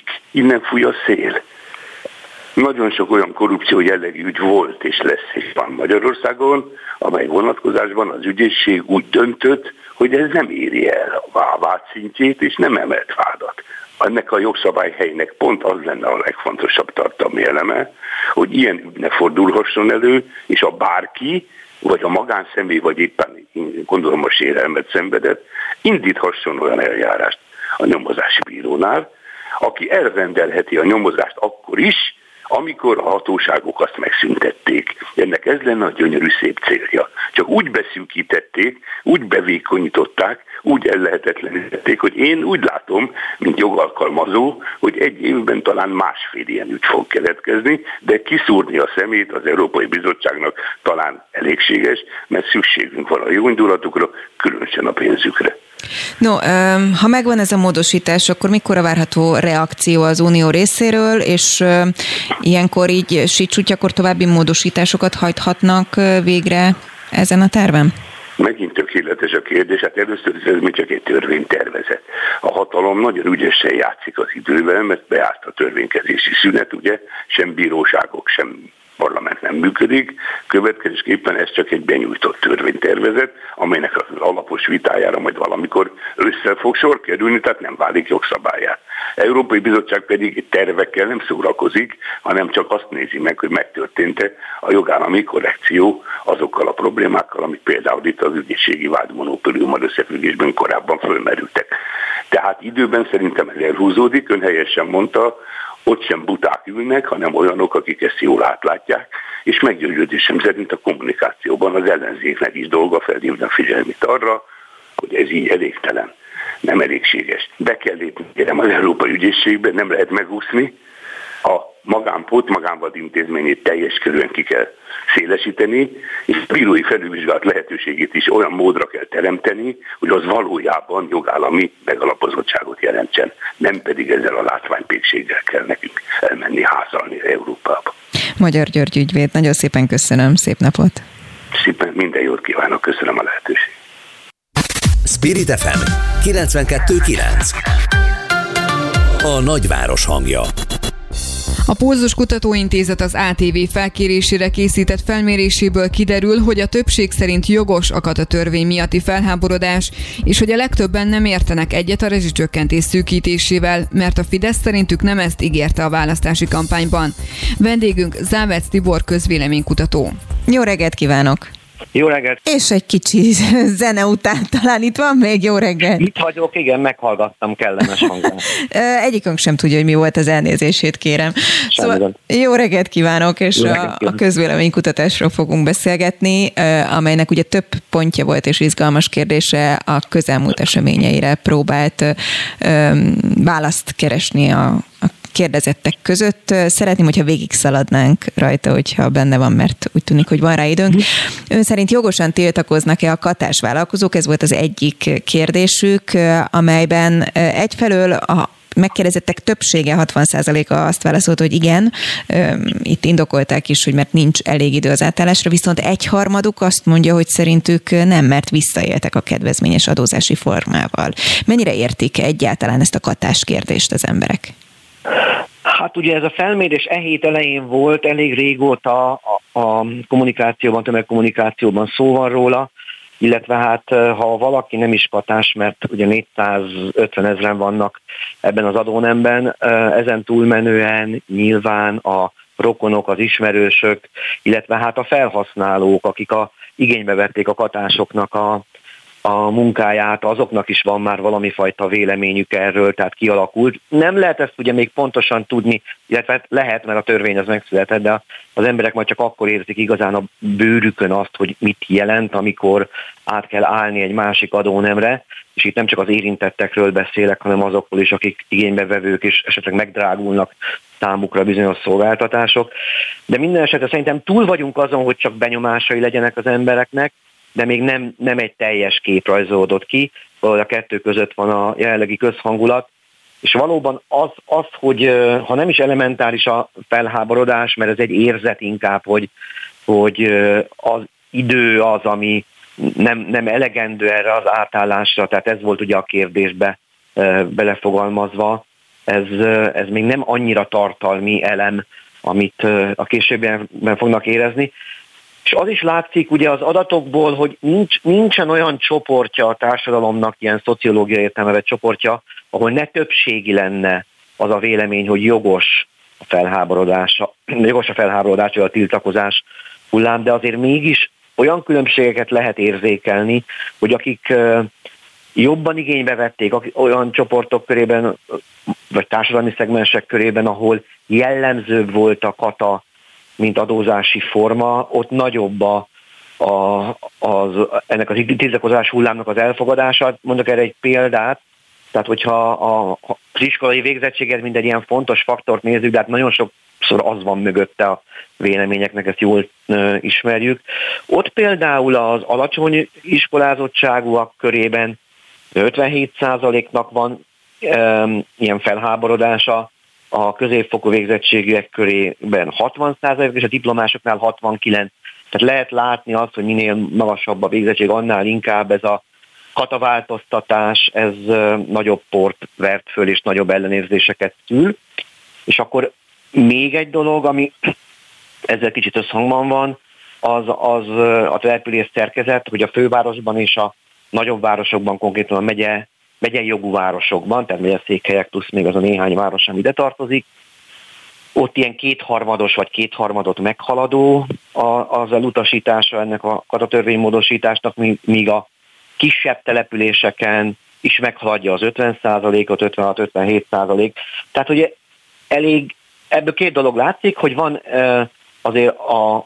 [SPEAKER 10] fúj a szél. Nagyon sok olyan korrupció jellegű ügy volt és lesz és van Magyarországon, amely vonatkozásban az ügyészség úgy döntött, hogy ez nem éri el a vád szintjét és nem emelt vádat. Ennek a jogszabályhelynek pont az lenne a legfontosabb tartalmi eleme, hogy ilyen ügy ne fordulhasson elő, és a bárki, vagy a magánszemély, vagy éppen gondolom a sérelmet szenvedett, indíthasson olyan eljárást a nyomozási bírónál, aki elrendelheti a nyomozást akkor is, amikor a hatóságok azt megszüntették. Ennek ez lenne a gyönyörű szép célja. Csak úgy beszűkítették, úgy bevékonyították, úgy ellehetetlenítették, hogy én úgy látom, mint jogalkalmazó, hogy egy évben talán másfél ilyen ügy fog keletkezni, de kiszúrni a szemét az Európai Bizottságnak talán elégséges, mert szükségünk van a jó indulatukra, különösen a pénzükre.
[SPEAKER 2] No, ha megvan ez a módosítás, akkor mikor várható reakció az Unió részéről, és ilyenkor így sítsútjakor további módosításokat hajthatnak végre ezen a terven?
[SPEAKER 10] Megint tökéletes a kérdés, hát először is ez még csak egy törvénytervezet. A hatalom nagyon ügyesen játszik az idővel, mert beállt a törvénykezési szünet, ugye, sem bíróságok, sem parlament nem működik, következésképpen ez csak egy benyújtott törvénytervezet, amelynek az alapos vitájára majd valamikor össze fog sor kerülni, tehát nem válik jogszabályá. Európai Bizottság pedig tervekkel nem szórakozik, hanem csak azt nézi meg, hogy megtörtént-e a jogállami korrekció azokkal a problémákkal, amik például itt az ügyészségi vádmonopóliummal összefüggésben korábban fölmerültek. Tehát időben szerintem ez elhúzódik, ön helyesen mondta, ott sem buták ülnek, hanem olyanok, akik ezt jól átlátják, és meggyőződésem szerint a kommunikációban az ellenzéknek is dolga felhívni a figyelmét arra, hogy ez így elégtelen, nem elégséges. Be kell lépni, kérem, az Európai Ügyészségbe, nem lehet megúszni, a magánvad intézményét teljes körülön ki kell szélesíteni, és a bírói felülvizsgálat lehetőségét is olyan módra kell teremteni, hogy az valójában jogállami megalapozottságot jelentsen, nem pedig ezzel a látványpékséggel kell nekünk elmenni házalni Európába.
[SPEAKER 2] Magyar György ügyvéd, nagyon szépen köszönöm, szép napot!
[SPEAKER 10] Szépen minden jót kívánok, köszönöm a lehetőséget.
[SPEAKER 1] Spirit FM 92.9. A nagyváros hangja.
[SPEAKER 3] A Pulzus Kutatóintézet az ATV felkérésére készített felméréséből kiderül, hogy a többség szerint jogos akad a törvény miatti felháborodás, és hogy a legtöbben nem értenek egyet a rezsicsökkentés szűkítésével, mert a Fidesz szerintük nem ezt ígérte a választási kampányban. Vendégünk Závec Tibor közvéleménykutató.
[SPEAKER 2] Jó reggelt kívánok!
[SPEAKER 11] Jó reggelt!
[SPEAKER 2] És egy kicsi zene után talán itt van még, jó reggelt!
[SPEAKER 11] Itt vagyok, igen, meghallgattam kellemes hangot.
[SPEAKER 2] Egyikünk sem tudja, hogy mi volt, az elnézését kérem. Szóval, jó reggelt kívánok, és a közvéleménykutatásról fogunk beszélgetni, amelynek ugye több pontja volt és izgalmas kérdése, a közelmúlt eseményeire próbált választ keresni a kérdezettek között. Szeretném, hogyha végig szaladnánk rajta, hogyha benne van, mert úgy tűnik, hogy van rá időnk. Ön szerint jogosan tiltakoznak-e a katásvállalkozók? Ez volt az egyik kérdésük, amelyben egyfelől a megkérdezettek többsége, 60%-a azt válaszolt, hogy igen, itt indokolták is, hogy mert nincs elég idő az átállásra, viszont egyharmaduk azt mondja, hogy szerintük nem, mert visszaéltek a kedvezményes adózási formával. Mennyire értik egyáltalán ezt a katáskérdést az emberek?
[SPEAKER 11] Hát ugye ez a felmérés hét elején volt, elég régóta a kommunikációban, tömegkommunikációban szó van róla, illetve hát ha valaki nem is katás, mert ugye 450 000 vannak ebben az adónemben, ezen túlmenően nyilván a rokonok, az ismerősök, illetve hát a felhasználók, akik igénybe vették a katásoknak a munkáját, azoknak is van már valami fajta véleményük erről, tehát kialakult. Nem lehet ezt ugye még pontosan tudni, illetve lehet, mert a törvény az megszületett, de az emberek majd csak akkor érzik igazán a bőrükön azt, hogy mit jelent, amikor át kell állni egy másik adónemre, és itt nem csak az érintettekről beszélek, hanem azokról is, akik igénybevevők és esetleg megdrágulnak számukra bizonyos szolgáltatások. De minden esetre szerintem túl vagyunk azon, hogy csak benyomásai legyenek az embereknek, de még nem egy teljes kép rajzolódott ki, valahogy a kettő között van a jelenlegi közhangulat, és valóban az, hogy ha nem is elementáris a felháborodás, mert ez egy érzet inkább, hogy az idő az, ami nem elegendő erre az átállásra, tehát ez volt ugye a kérdésbe belefogalmazva, ez még nem annyira tartalmi elem, amit a későbbiekben fognak érezni. És az is látszik ugye az adatokból, hogy nincsen olyan csoportja a társadalomnak, ilyen szociológiai értelmezett csoportja, ahol ne többségi lenne az a vélemény, hogy jogos a felháborodás, vagy a tiltakozás hullám, de azért mégis olyan különbségeket lehet érzékelni, hogy akik jobban igénybe vették, olyan csoportok körében vagy társadalmi szegmensek körében, ahol jellemzőbb volt a kata, mint adózási forma, ott nagyobb ennek az tiltakozás hullámnak az elfogadása. Mondok erre egy példát, tehát hogyha az iskolai végzettséget mint egy ilyen fontos faktort nézzük, de hát nagyon sokszor az van mögötte a véleményeknek, ezt jól ismerjük. Ott például az alacsony iskolázottságúak körében 57%-nak van ilyen felháborodása, a középfokú végzettségűek körében 60%, és a diplomásoknál 69%. Tehát lehet látni azt, hogy minél magasabb a végzettség, annál inkább ez a kataváltoztatás, ez nagyobb port vert föl, és nagyobb ellenérzéseket szül. És akkor még egy dolog, ami ezzel kicsit összhangban van, az a település szerkezet, hogy a fővárosban és a nagyobb városokban, konkrétan a megyei jogú városokban, tehát megyeszékhelyek plusz még az a néhány város, ami ide tartozik, ott ilyen kétharmados vagy kétharmadot meghaladó az elutasítása ennek a katatörvénymódosításnak, míg a kisebb településeken is meghaladja az 50%-ot, 56-57%. Tehát ugye ebből két dolog látszik, hogy van azért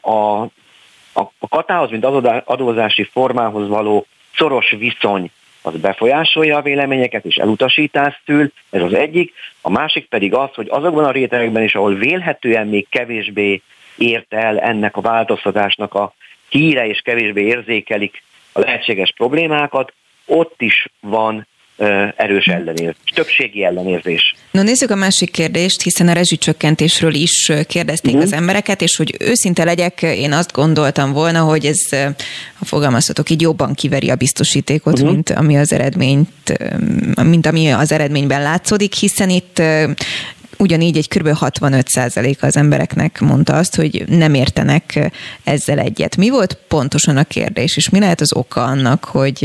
[SPEAKER 11] a katához, mint adózási formához való szoros viszony, az befolyásolja a véleményeket és elutasítást szül, ez az egyik. A másik pedig az, hogy azokban a rétegekben is, ahol vélhetően még kevésbé ért el ennek a változtatásnak a híre és kevésbé érzékelik a lehetséges problémákat, ott is van erős ellenérzés, többségi ellenérzés.
[SPEAKER 2] No, nézzük a másik kérdést, hiszen a rezsicsökkentésről is kérdezték az embereket, és hogy őszinte legyek, én azt gondoltam volna, hogy ez, ha fogalmazhatok így, jobban kiveri a biztosítékot, mint ami az eredményben látszódik, hiszen itt ugyanígy egy kb. 65% az embereknek mondta azt, hogy nem értenek ezzel egyet. Mi volt pontosan a kérdés, és mi lehet az oka annak,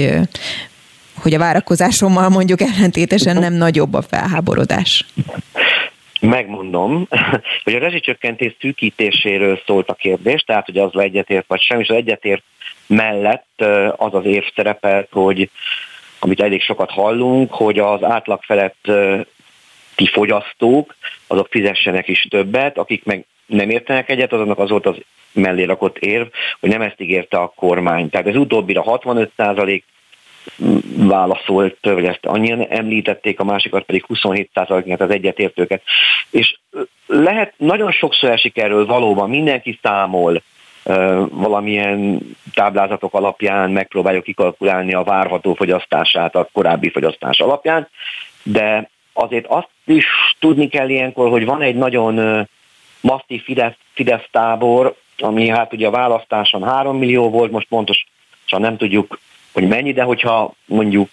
[SPEAKER 2] hogy a várakozásommal mondjuk ellentétesen nem nagyobb a felháborodás?
[SPEAKER 11] Megmondom, hogy a rezsicsökkentés szűkítéséről szólt a kérdés, tehát hogy az egyetért vagy sem, és az egyetért mellett az az érv szerepelt, hogy amit elég sokat hallunk, hogy az átlag feletti fogyasztók, azok fizessenek is többet, akik meg nem értenek egyet, azoknak az volt az mellé rakott érv, hogy nem ezt ígérte a kormány. Tehát ez utóbbira 65% válaszolt, vagy ezt annyian említették, a másikat pedig 27%-et az egyetértőket. És lehet, nagyon sokszor esik erről valóban, mindenki számol valamilyen táblázatok alapján, megpróbáljuk kikalkulálni a várható fogyasztását a korábbi fogyasztás alapján, de azért azt is tudni kell ilyenkor, hogy van egy nagyon masszív Fidesz tábor, ami hát ugye a választáson 3 millió volt, most pontosan nem tudjuk, hogy mennyi, de hogyha mondjuk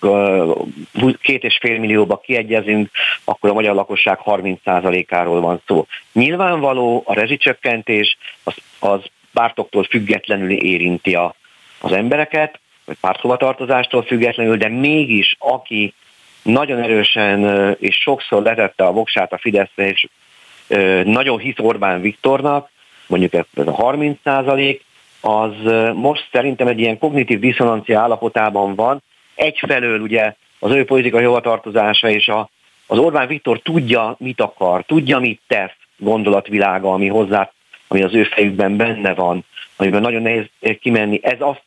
[SPEAKER 11] 2,5 millióba kiegyezünk, akkor a magyar lakosság 30%-áról van szó. Nyilvánvaló a rezsicsökkentés az pártoktól függetlenül érinti az embereket, vagy párthovatartozástól függetlenül, de mégis aki nagyon erősen és sokszor letette a voksát a Fideszre, és nagyon hisz Orbán Viktornak, mondjuk ez a 30%, az most szerintem egy ilyen kognitív diszonancia állapotában van. Egyfelől ugye az ő politikai hovatartozása és az Orbán Viktor tudja, mit akar, tudja, mit tesz gondolatvilága, ami az ő fejükben benne van, amiben nagyon nehéz kimenni. Ez azt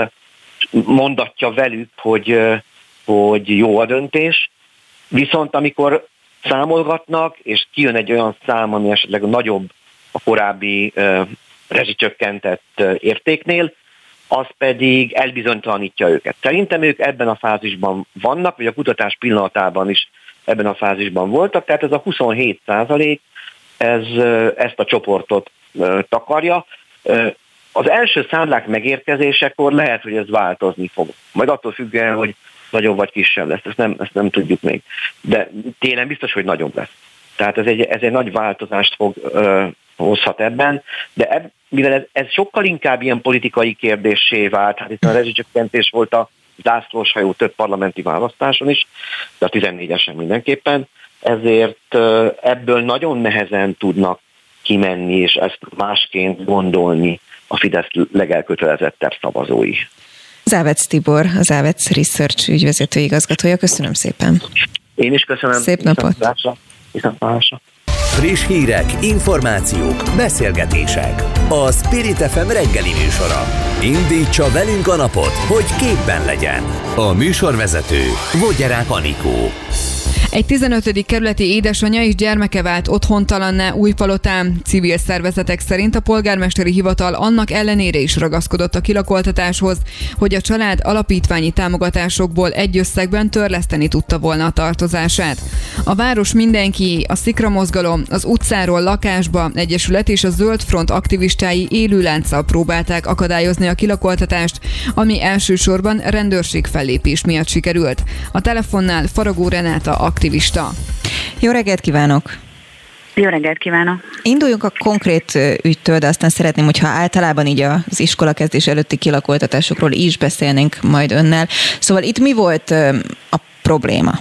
[SPEAKER 11] mondatja velük, hogy jó a döntés, viszont amikor számolgatnak, és kijön egy olyan szám, ami esetleg nagyobb a korábbi rezsicsökkentett értéknél, az pedig elbizonytalanítja őket. Szerintem ők ebben a fázisban vannak, vagy a kutatás pillanatában is ebben a fázisban voltak, tehát ez a 27% ezt a csoportot takarja. Az első számlák megérkezésekor lehet, hogy ez változni fog. Majd attól függően, hogy nagyobb vagy kisebb lesz, ezt nem tudjuk még. De télen biztos, hogy nagyobb lesz. Tehát ez egy nagy változást hozhat ebben, de mivel ez sokkal inkább ilyen politikai kérdéssé vált, hát itt a rezsicsökkentés volt a zászlós hajó több parlamenti választáson is, de a 14-esen mindenképpen, ezért ebből nagyon nehezen tudnak kimenni, és ezt másként gondolni a Fidesz legelkötelezettebb szavazói.
[SPEAKER 2] Závec Tibor, az Závec Research ügyvezető igazgatója. Köszönöm szépen.
[SPEAKER 11] Én is köszönöm.
[SPEAKER 2] Szép napot.
[SPEAKER 11] viszontlátásra.
[SPEAKER 1] Friss hírek, információk, beszélgetések. A Spirit FM reggeli műsora. Indítsa velünk a napot, hogy képben legyen. A műsorvezető Vogyarák Anikó.
[SPEAKER 3] Egy 15. kerületi édesanyja és gyermeke vált otthontalanná Újpalotán. Civil szervezetek szerint a polgármesteri hivatal annak ellenére is ragaszkodott a kilakoltatáshoz, hogy a család alapítványi támogatásokból egy összegben törleszteni tudta volna a tartozását. A város mindenki, a Szikra Mozgalom, az Utcáról Lakásba Egyesület és a Zöld Front aktivistái élő lánccal próbálták akadályozni a kilakoltatást, ami elsősorban rendőrség fellépés miatt sikerült. A telefonnál Faragó Renáta aktivista.
[SPEAKER 2] Jó reggelt kívánok!
[SPEAKER 12] Jó reggelt kívánok!
[SPEAKER 2] Induljunk a konkrét ügytől, de aztán szeretném, hogyha általában így az iskolakezdés előtti kilakoltatásokról is beszélnénk majd önnel. Szóval itt mi volt a probléma?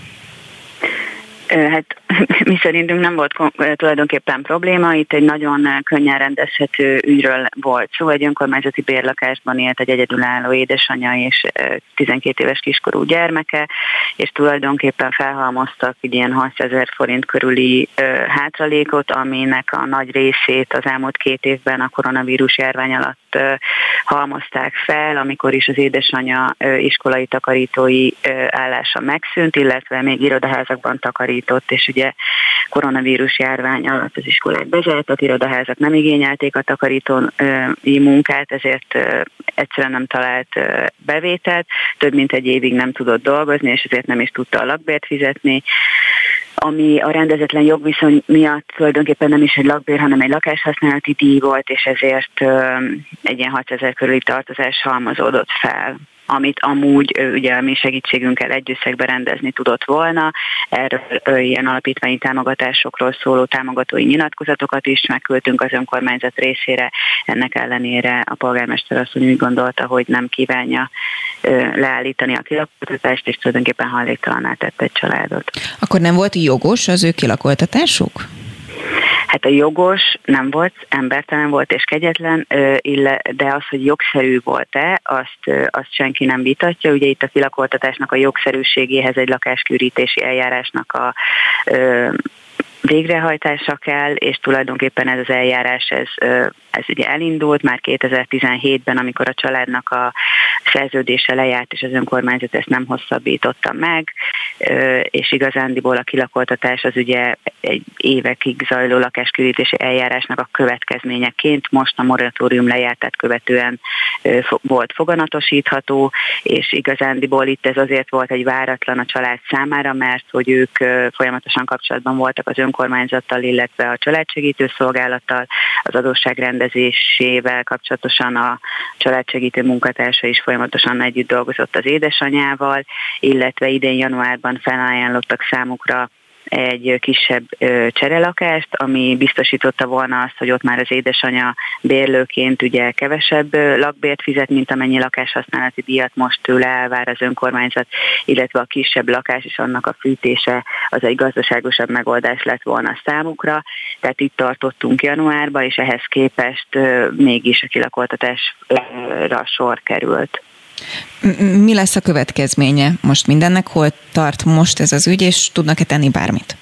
[SPEAKER 12] Hát mi szerintünk nem volt tulajdonképpen probléma, itt egy nagyon könnyen rendezhető ügyről volt szó. Egy önkormányzati bérlakásban élt egy egyedülálló édesanyja és 12 éves kiskorú gyermeke, és tulajdonképpen felhalmoztak egy ilyen 600 000 forint körüli hátralékot, aminek a nagy részét az elmúlt 2 évben a koronavírus járvány alatt halmozták fel, amikor is az édesanyja iskolai takarítói állása megszűnt, illetve még irodaházakban takarított, és ugye koronavírus járvány alatt az iskolák bezártak, irodaházak nem igényelték a takarítói munkát, ezért egyszerűen nem talált bevételt, több mint egy évig nem tudott dolgozni, és ezért nem is tudta a lakbért fizetni, ami a rendezetlen jogviszony miatt tulajdonképpen nem is egy lakbér, hanem egy lakáshasználati díj volt, és ezért egy ilyen 600 000 körüli tartozás halmozódott fel, amit amúgy ugye a mi segítségünkkel egy összegbe rendezni tudott volna. Erről ilyen alapítványi támogatásokról szóló támogatói nyilatkozatokat is megküldtünk az önkormányzat részére. Ennek ellenére a polgármester asszony úgy gondolta, hogy nem kívánja leállítani a kilakoltatást, és tulajdonképpen hajléktalanná tett egy családot.
[SPEAKER 2] Akkor nem volt jogos az ő kilakoltatásuk?
[SPEAKER 12] Hát a jogos nem volt, embertelen volt és kegyetlen, de az, hogy jogszerű volt-e, azt senki nem vitatja. Ugye itt a kilakoltatásnak a jogszerűségéhez egy lakáskürítési eljárásnak a végrehajtása kell, és tulajdonképpen ez az eljárás, ez ugye elindult már 2017-ben, amikor a családnak a szerződése lejárt, és az önkormányzat ezt nem hosszabbította meg, és igazándiból a kilakoltatás az ugye egy évekig zajló lakáskürítési eljárásnak a következményeként most a moratórium lejártát követően volt foganatosítható, és igazándiból itt ez azért volt egy váratlan a család számára, mert hogy ők folyamatosan kapcsolatban voltak az önkormányzattal, illetve a családsegítő szolgálattal, az adósságrendezésével kapcsolatosan a családsegítő munkatársa is folyamatosan együtt dolgozott az édesanyával, illetve idén januárban felajánlottak számukra egy kisebb cserelakást, ami biztosította volna azt, hogy ott már az édesanyja bérlőként ugye kevesebb lakbért fizet, mint amennyi lakáshasználati díjat most tőle elvár az önkormányzat, illetve a kisebb lakás és annak a fűtése az egy gazdaságosabb megoldás lett volna számukra. Tehát itt tartottunk januárban, és ehhez képest mégis a kilakoltatásra sor került.
[SPEAKER 2] Mi lesz a következménye most mindennek? Hol tart most ez az ügy, és tudnak-e tenni bármit?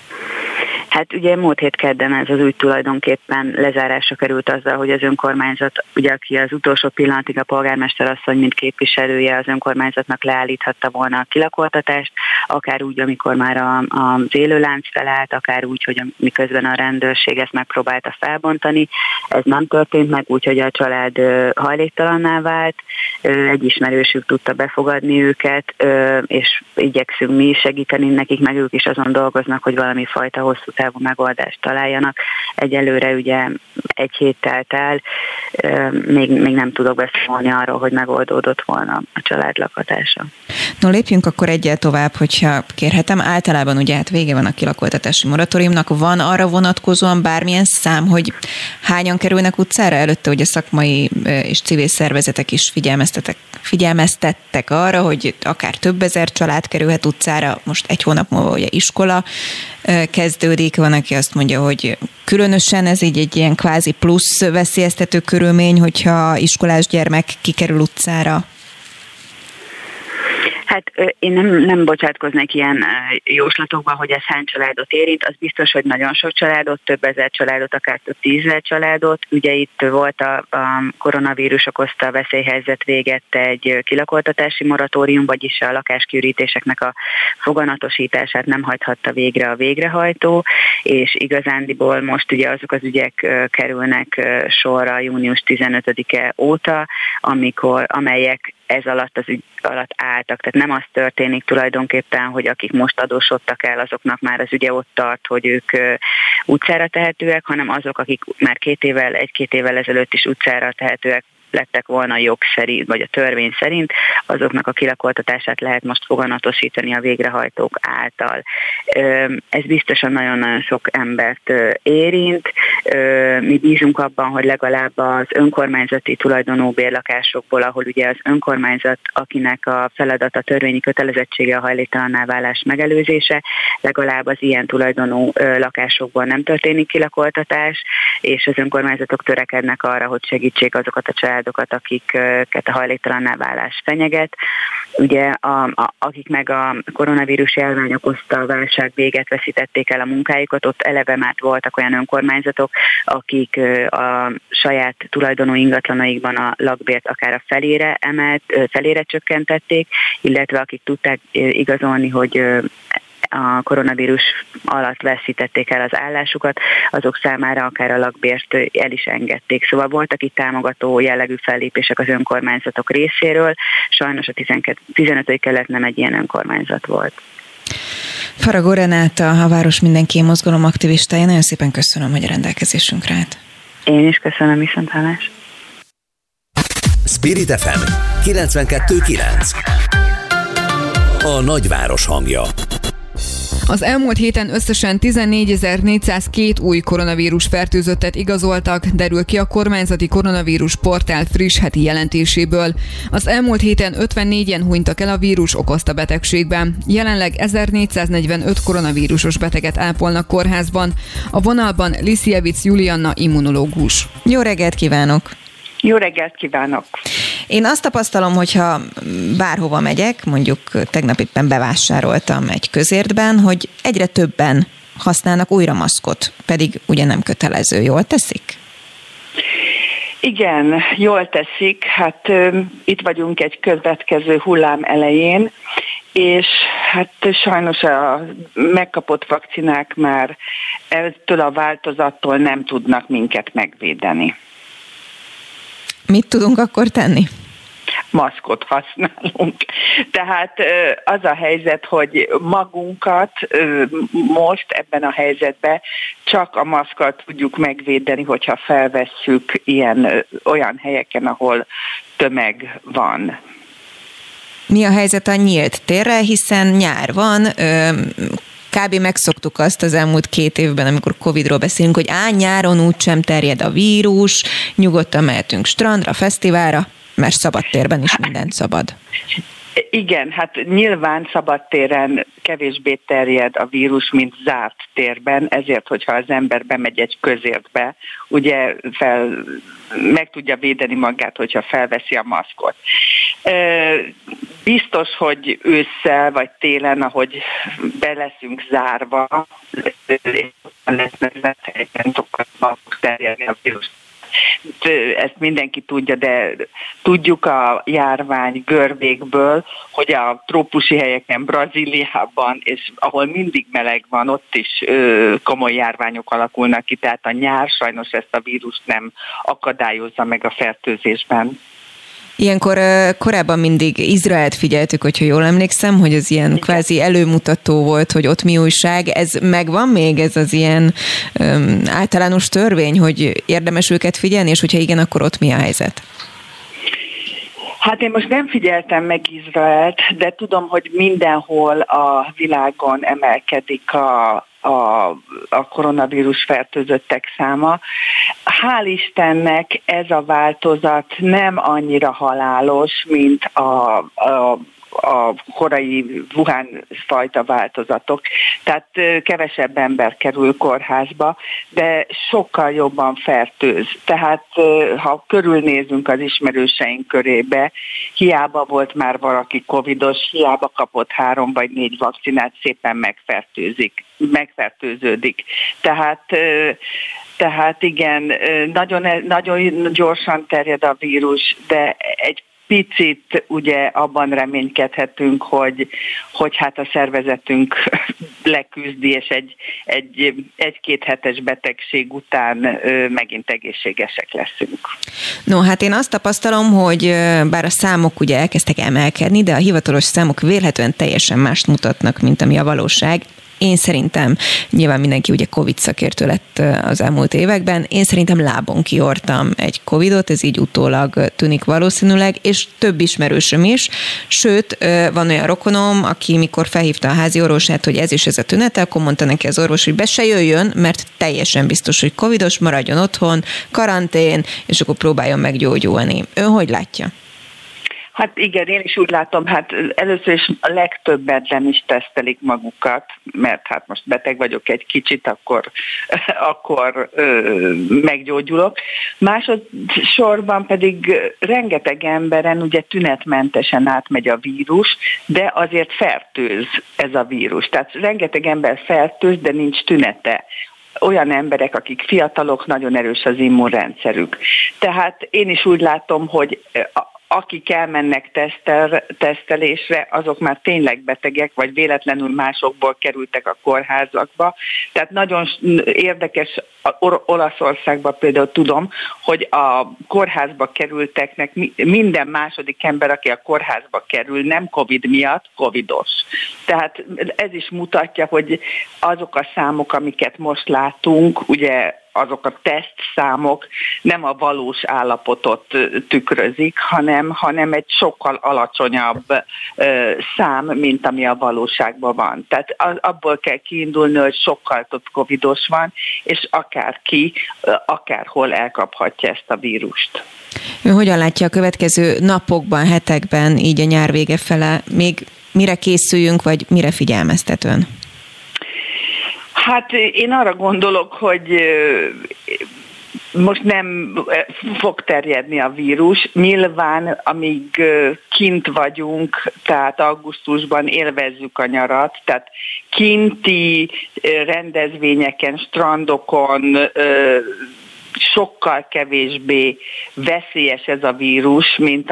[SPEAKER 12] Hát ugye múlt hét kedden ez az ügy tulajdonképpen lezárásra került azzal, hogy az önkormányzat, ugye aki az utolsó pillanatig a polgármester asszony, mint képviselője az önkormányzatnak leállíthatta volna a kilakoltatást, akár úgy, amikor már az élőlánc felállt, akár úgy, hogy miközben a rendőrség ezt megpróbálta felbontani. Ez nem történt meg, úgyhogy a család hajléktalanná vált, egy ismerősük tudta befogadni őket, és igyekszünk mi is segíteni nekik, meg ők is azon dolgoznak, hogy valami fajta hosszú távú megoldást találjanak. Egyelőre ugye egy hét telt el, még nem tudok beszámolni arról, hogy megoldódott volna a család lakhatása.
[SPEAKER 2] No, lépjünk akkor egyel tovább, hogyha kérhetem. Általában ugye hát vége van a kilakoltatási moratóriumnak. Van arra vonatkozóan bármilyen szám, hogy hányan kerülnek utcára? Előtte ugye szakmai és civil szervezetek is figyelmeztettek arra, hogy akár több ezer család kerülhet utcára. Most egy hónap múlva ugye iskola kezdődik. Van, aki azt mondja, hogy különösen ez így egy ilyen kvázi plusz veszélyeztető körülmény, hogyha iskolás gyermek kikerül utcára.
[SPEAKER 12] Hát én nem bocsátkoznék ilyen jóslatokba, hogy ez hány családot érint. Az biztos, hogy nagyon sok családot, több ezer családot, akár több 10 000 családot. Ugye itt volt a koronavírus okozta veszélyhelyzet véget egy kilakoltatási moratórium, vagyis a lakáskiürítéseknek a foganatosítását nem hajthatta végre a végrehajtó, és igazándiból most ugye azok az ügyek kerülnek sorra június 15-e óta, amelyek ez alatt az ügy alatt álltak. Tehát nem az történik tulajdonképpen, hogy akik most adósodtak el, azoknak már az ügye ott tart, hogy ők utcára tehetőek, hanem azok, akik már egy-két évvel ezelőtt is utcára tehetőek lettek volna a jog szerint, vagy a törvény szerint, azoknak a kilakoltatását lehet most foganatosítani a végrehajtók által. Ez biztosan nagyon-nagyon sok embert érint. Mi bízunk abban, hogy legalább az önkormányzati tulajdonú bérlakásokból, ahol ugye az önkormányzat, akinek a feladata, törvényi kötelezettsége a hajléktalanná válás megelőzése, legalább az ilyen tulajdonú lakásokból nem történik kilakoltatás, és az önkormányzatok törekednek arra, hogy segítsék azokat a családokat, akiket a hajléktalanná válás fenyeget. Ugye akik meg a koronavírus járvány okozta a válság véget veszítették el a munkájukat, ott eleve már voltak olyan önkormányzatok, akik a saját tulajdonú ingatlanaikban a lakbért akár a felére csökkentették, illetve akik tudták igazolni, hogy a koronavírus alatt veszítették el az állásukat, azok számára akár a lakbért el is engedték. Szóval voltak itt támogató jellegű fellépések az önkormányzatok részéről, sajnos a 15. kerület nem egy ilyen önkormányzat volt.
[SPEAKER 2] Faragó Renáta, a Város Mindenkié mozgalom aktivistája, nagyon szépen köszönöm, hogy a rendelkezésünkre állt.
[SPEAKER 12] Én is köszönöm, viszonthallás.
[SPEAKER 1] Spirit FM 92.9. A nagyváros hangja.
[SPEAKER 3] Az elmúlt héten összesen 14.402 új koronavírus fertőzöttet igazoltak, derül ki a kormányzati koronavírus portál friss heti jelentéséből. Az elmúlt héten 54-en hunytak el a vírus okozta betegségben. Jelenleg 1445 koronavírusos beteget ápolnak kórházban. A vonalban Liszievic Julianna immunológus.
[SPEAKER 2] Jó reggelt kívánok!
[SPEAKER 13] Jó reggelt kívánok!
[SPEAKER 2] Én azt tapasztalom, hogyha bárhova megyek, mondjuk tegnap éppen bevásároltam egy közértben, hogy egyre többen használnak újra maszkot, pedig ugye nem kötelező. Jól teszik?
[SPEAKER 13] Igen, jól teszik. Hát itt vagyunk egy következő hullám elején, és hát sajnos a megkapott vakcinák már ettől a változattól nem tudnak minket megvédeni.
[SPEAKER 2] Mit tudunk akkor tenni?
[SPEAKER 13] Maszkot használunk. Tehát az a helyzet, hogy magunkat most ebben a helyzetben csak a maszkkal tudjuk megvédeni, hogyha felvesszük olyan helyeken, ahol tömeg van.
[SPEAKER 2] Mi a helyzet a nyílt térrel, hiszen nyár van, kb. Megszoktuk azt az elmúlt 2 évben, amikor Covidról beszélünk, hogy nyáron úgysem terjed a vírus, nyugodtan mehetünk strandra, fesztiválra, mert szabadtérben is minden szabad.
[SPEAKER 13] Igen, hát nyilván szabadtéren kevésbé terjed a vírus, mint zárt térben, ezért, hogyha az ember bemegy egy közértbe, ugye meg tudja védeni magát, hogyha felveszi a maszkot. Biztos, hogy ősszel vagy télen, ahogy be leszünk zárva, lesznek helyeken sokkal terjedni a vírus. Ezt mindenki tudja, de tudjuk a járvány görbékből, hogy a trópusi helyeken, Brazíliában, és ahol mindig meleg van, ott is komoly járványok alakulnak ki, tehát a nyár sajnos ezt a vírust nem akadályozza meg a fertőzésben.
[SPEAKER 2] Ilyenkor korábban mindig Izraelt figyeltük, hogyha jól emlékszem, hogy az ilyen kvázi előmutató volt, hogy ott mi újság. Ez megvan még, ez az ilyen általános törvény, hogy érdemes őket figyelni, és hogyha igen, akkor ott mi a helyzet?
[SPEAKER 13] Hát én most nem figyeltem meg Izraelt, de tudom, hogy mindenhol a világon emelkedik a koronavírus fertőzöttek száma. Hál' Istennek ez a változat nem annyira halálos, mint a korai Wuhan fajta változatok. Tehát kevesebb ember kerül kórházba, de sokkal jobban fertőz. Tehát ha körülnézünk az ismerőseink körébe, hiába volt már valaki covidos, hiába kapott 3 vagy 4 vakcinát, szépen megfertőződik. Tehát igen, nagyon gyorsan terjed a vírus, de egy picit ugye abban reménykedhetünk, hogy hát a szervezetünk leküzdi, és egy-két hetes betegség után megint egészségesek leszünk.
[SPEAKER 2] No, hát én azt tapasztalom, hogy bár a számok ugye elkezdtek emelkedni, de a hivatalos számok vélhetően teljesen mást mutatnak, mint ami a valóság. Én szerintem, nyilván mindenki ugye Covid szakértő lett az elmúlt években, én szerintem lábon kiortam egy Covidot, ez így utólag tűnik valószínűleg, és több ismerősöm is, sőt, van olyan rokonom, aki mikor felhívta a házi orvosát, hogy ez és ez a tünete, akkor mondta neki az orvos, hogy be se jöjjön, mert teljesen biztos, hogy Covidos, maradjon otthon, karantén, és akkor próbáljon meggyógyulni. Ön hogy látja?
[SPEAKER 13] Hát igen, én is úgy látom, hát először is a legtöbben nem is tesztelik magukat, mert hát most beteg vagyok egy kicsit, akkor meggyógyulok. Másodszorban pedig rengeteg emberen ugye tünetmentesen átmegy a vírus, de azért fertőz ez a vírus. Tehát rengeteg ember fertőz, de nincs tünete. Olyan emberek, akik fiatalok, nagyon erős az immunrendszerük. Tehát én is úgy látom, hogy akik elmennek tesztelésre, azok már tényleg betegek, vagy véletlenül másokból kerültek a kórházakba. Tehát nagyon érdekes, Olaszországban például tudom, hogy a kórházba kerülteknek minden második ember, aki a kórházba kerül, nem Covid miatt, covidos. Tehát ez is mutatja, hogy azok a számok, amiket most látunk, ugye azok a tesztszámok nem a valós állapotot tükrözik, hanem egy sokkal alacsonyabb szám, mint ami a valóságban van. Tehát abból kell kiindulni, hogy sokkal több covidos van, és akárki, akárhol elkaphatja ezt a vírust.
[SPEAKER 2] Ő hogyan látja a következő napokban, hetekben, így a nyár vége fele, még mire készüljünk, vagy mire figyelmeztet ön?
[SPEAKER 13] Hát én arra gondolok, hogy most nem fog terjedni a vírus. Nyilván, amíg kint vagyunk, tehát augusztusban élvezzük a nyarat, tehát kinti rendezvényeken, strandokon sokkal kevésbé veszélyes ez a vírus, mint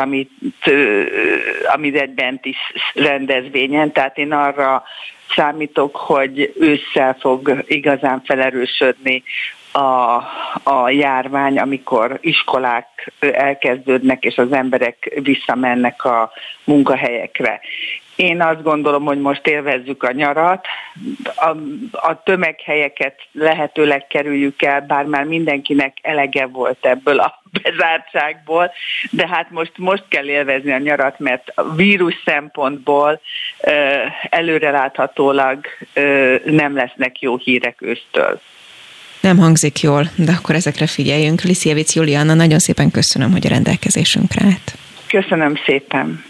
[SPEAKER 13] amit egy benti rendezvényen. Tehát én arra számítok, hogy ősszel fog igazán felerősödni a járvány, amikor iskolák elkezdődnek, és az emberek visszamennek a munkahelyekre. Én azt gondolom, hogy most élvezzük a nyarat, a tömeghelyeket lehetőleg kerüljük el, bár már mindenkinek elege volt ebből a bezártságból, de hát most kell élvezni a nyarat, mert a vírus szempontból előreláthatólag nem lesznek jó hírek ősztől.
[SPEAKER 2] Nem hangzik jól, de akkor ezekre figyeljünk. Liszievics Julianna, nagyon szépen köszönöm, hogy a rendelkezésünkre állt.
[SPEAKER 13] Köszönöm szépen.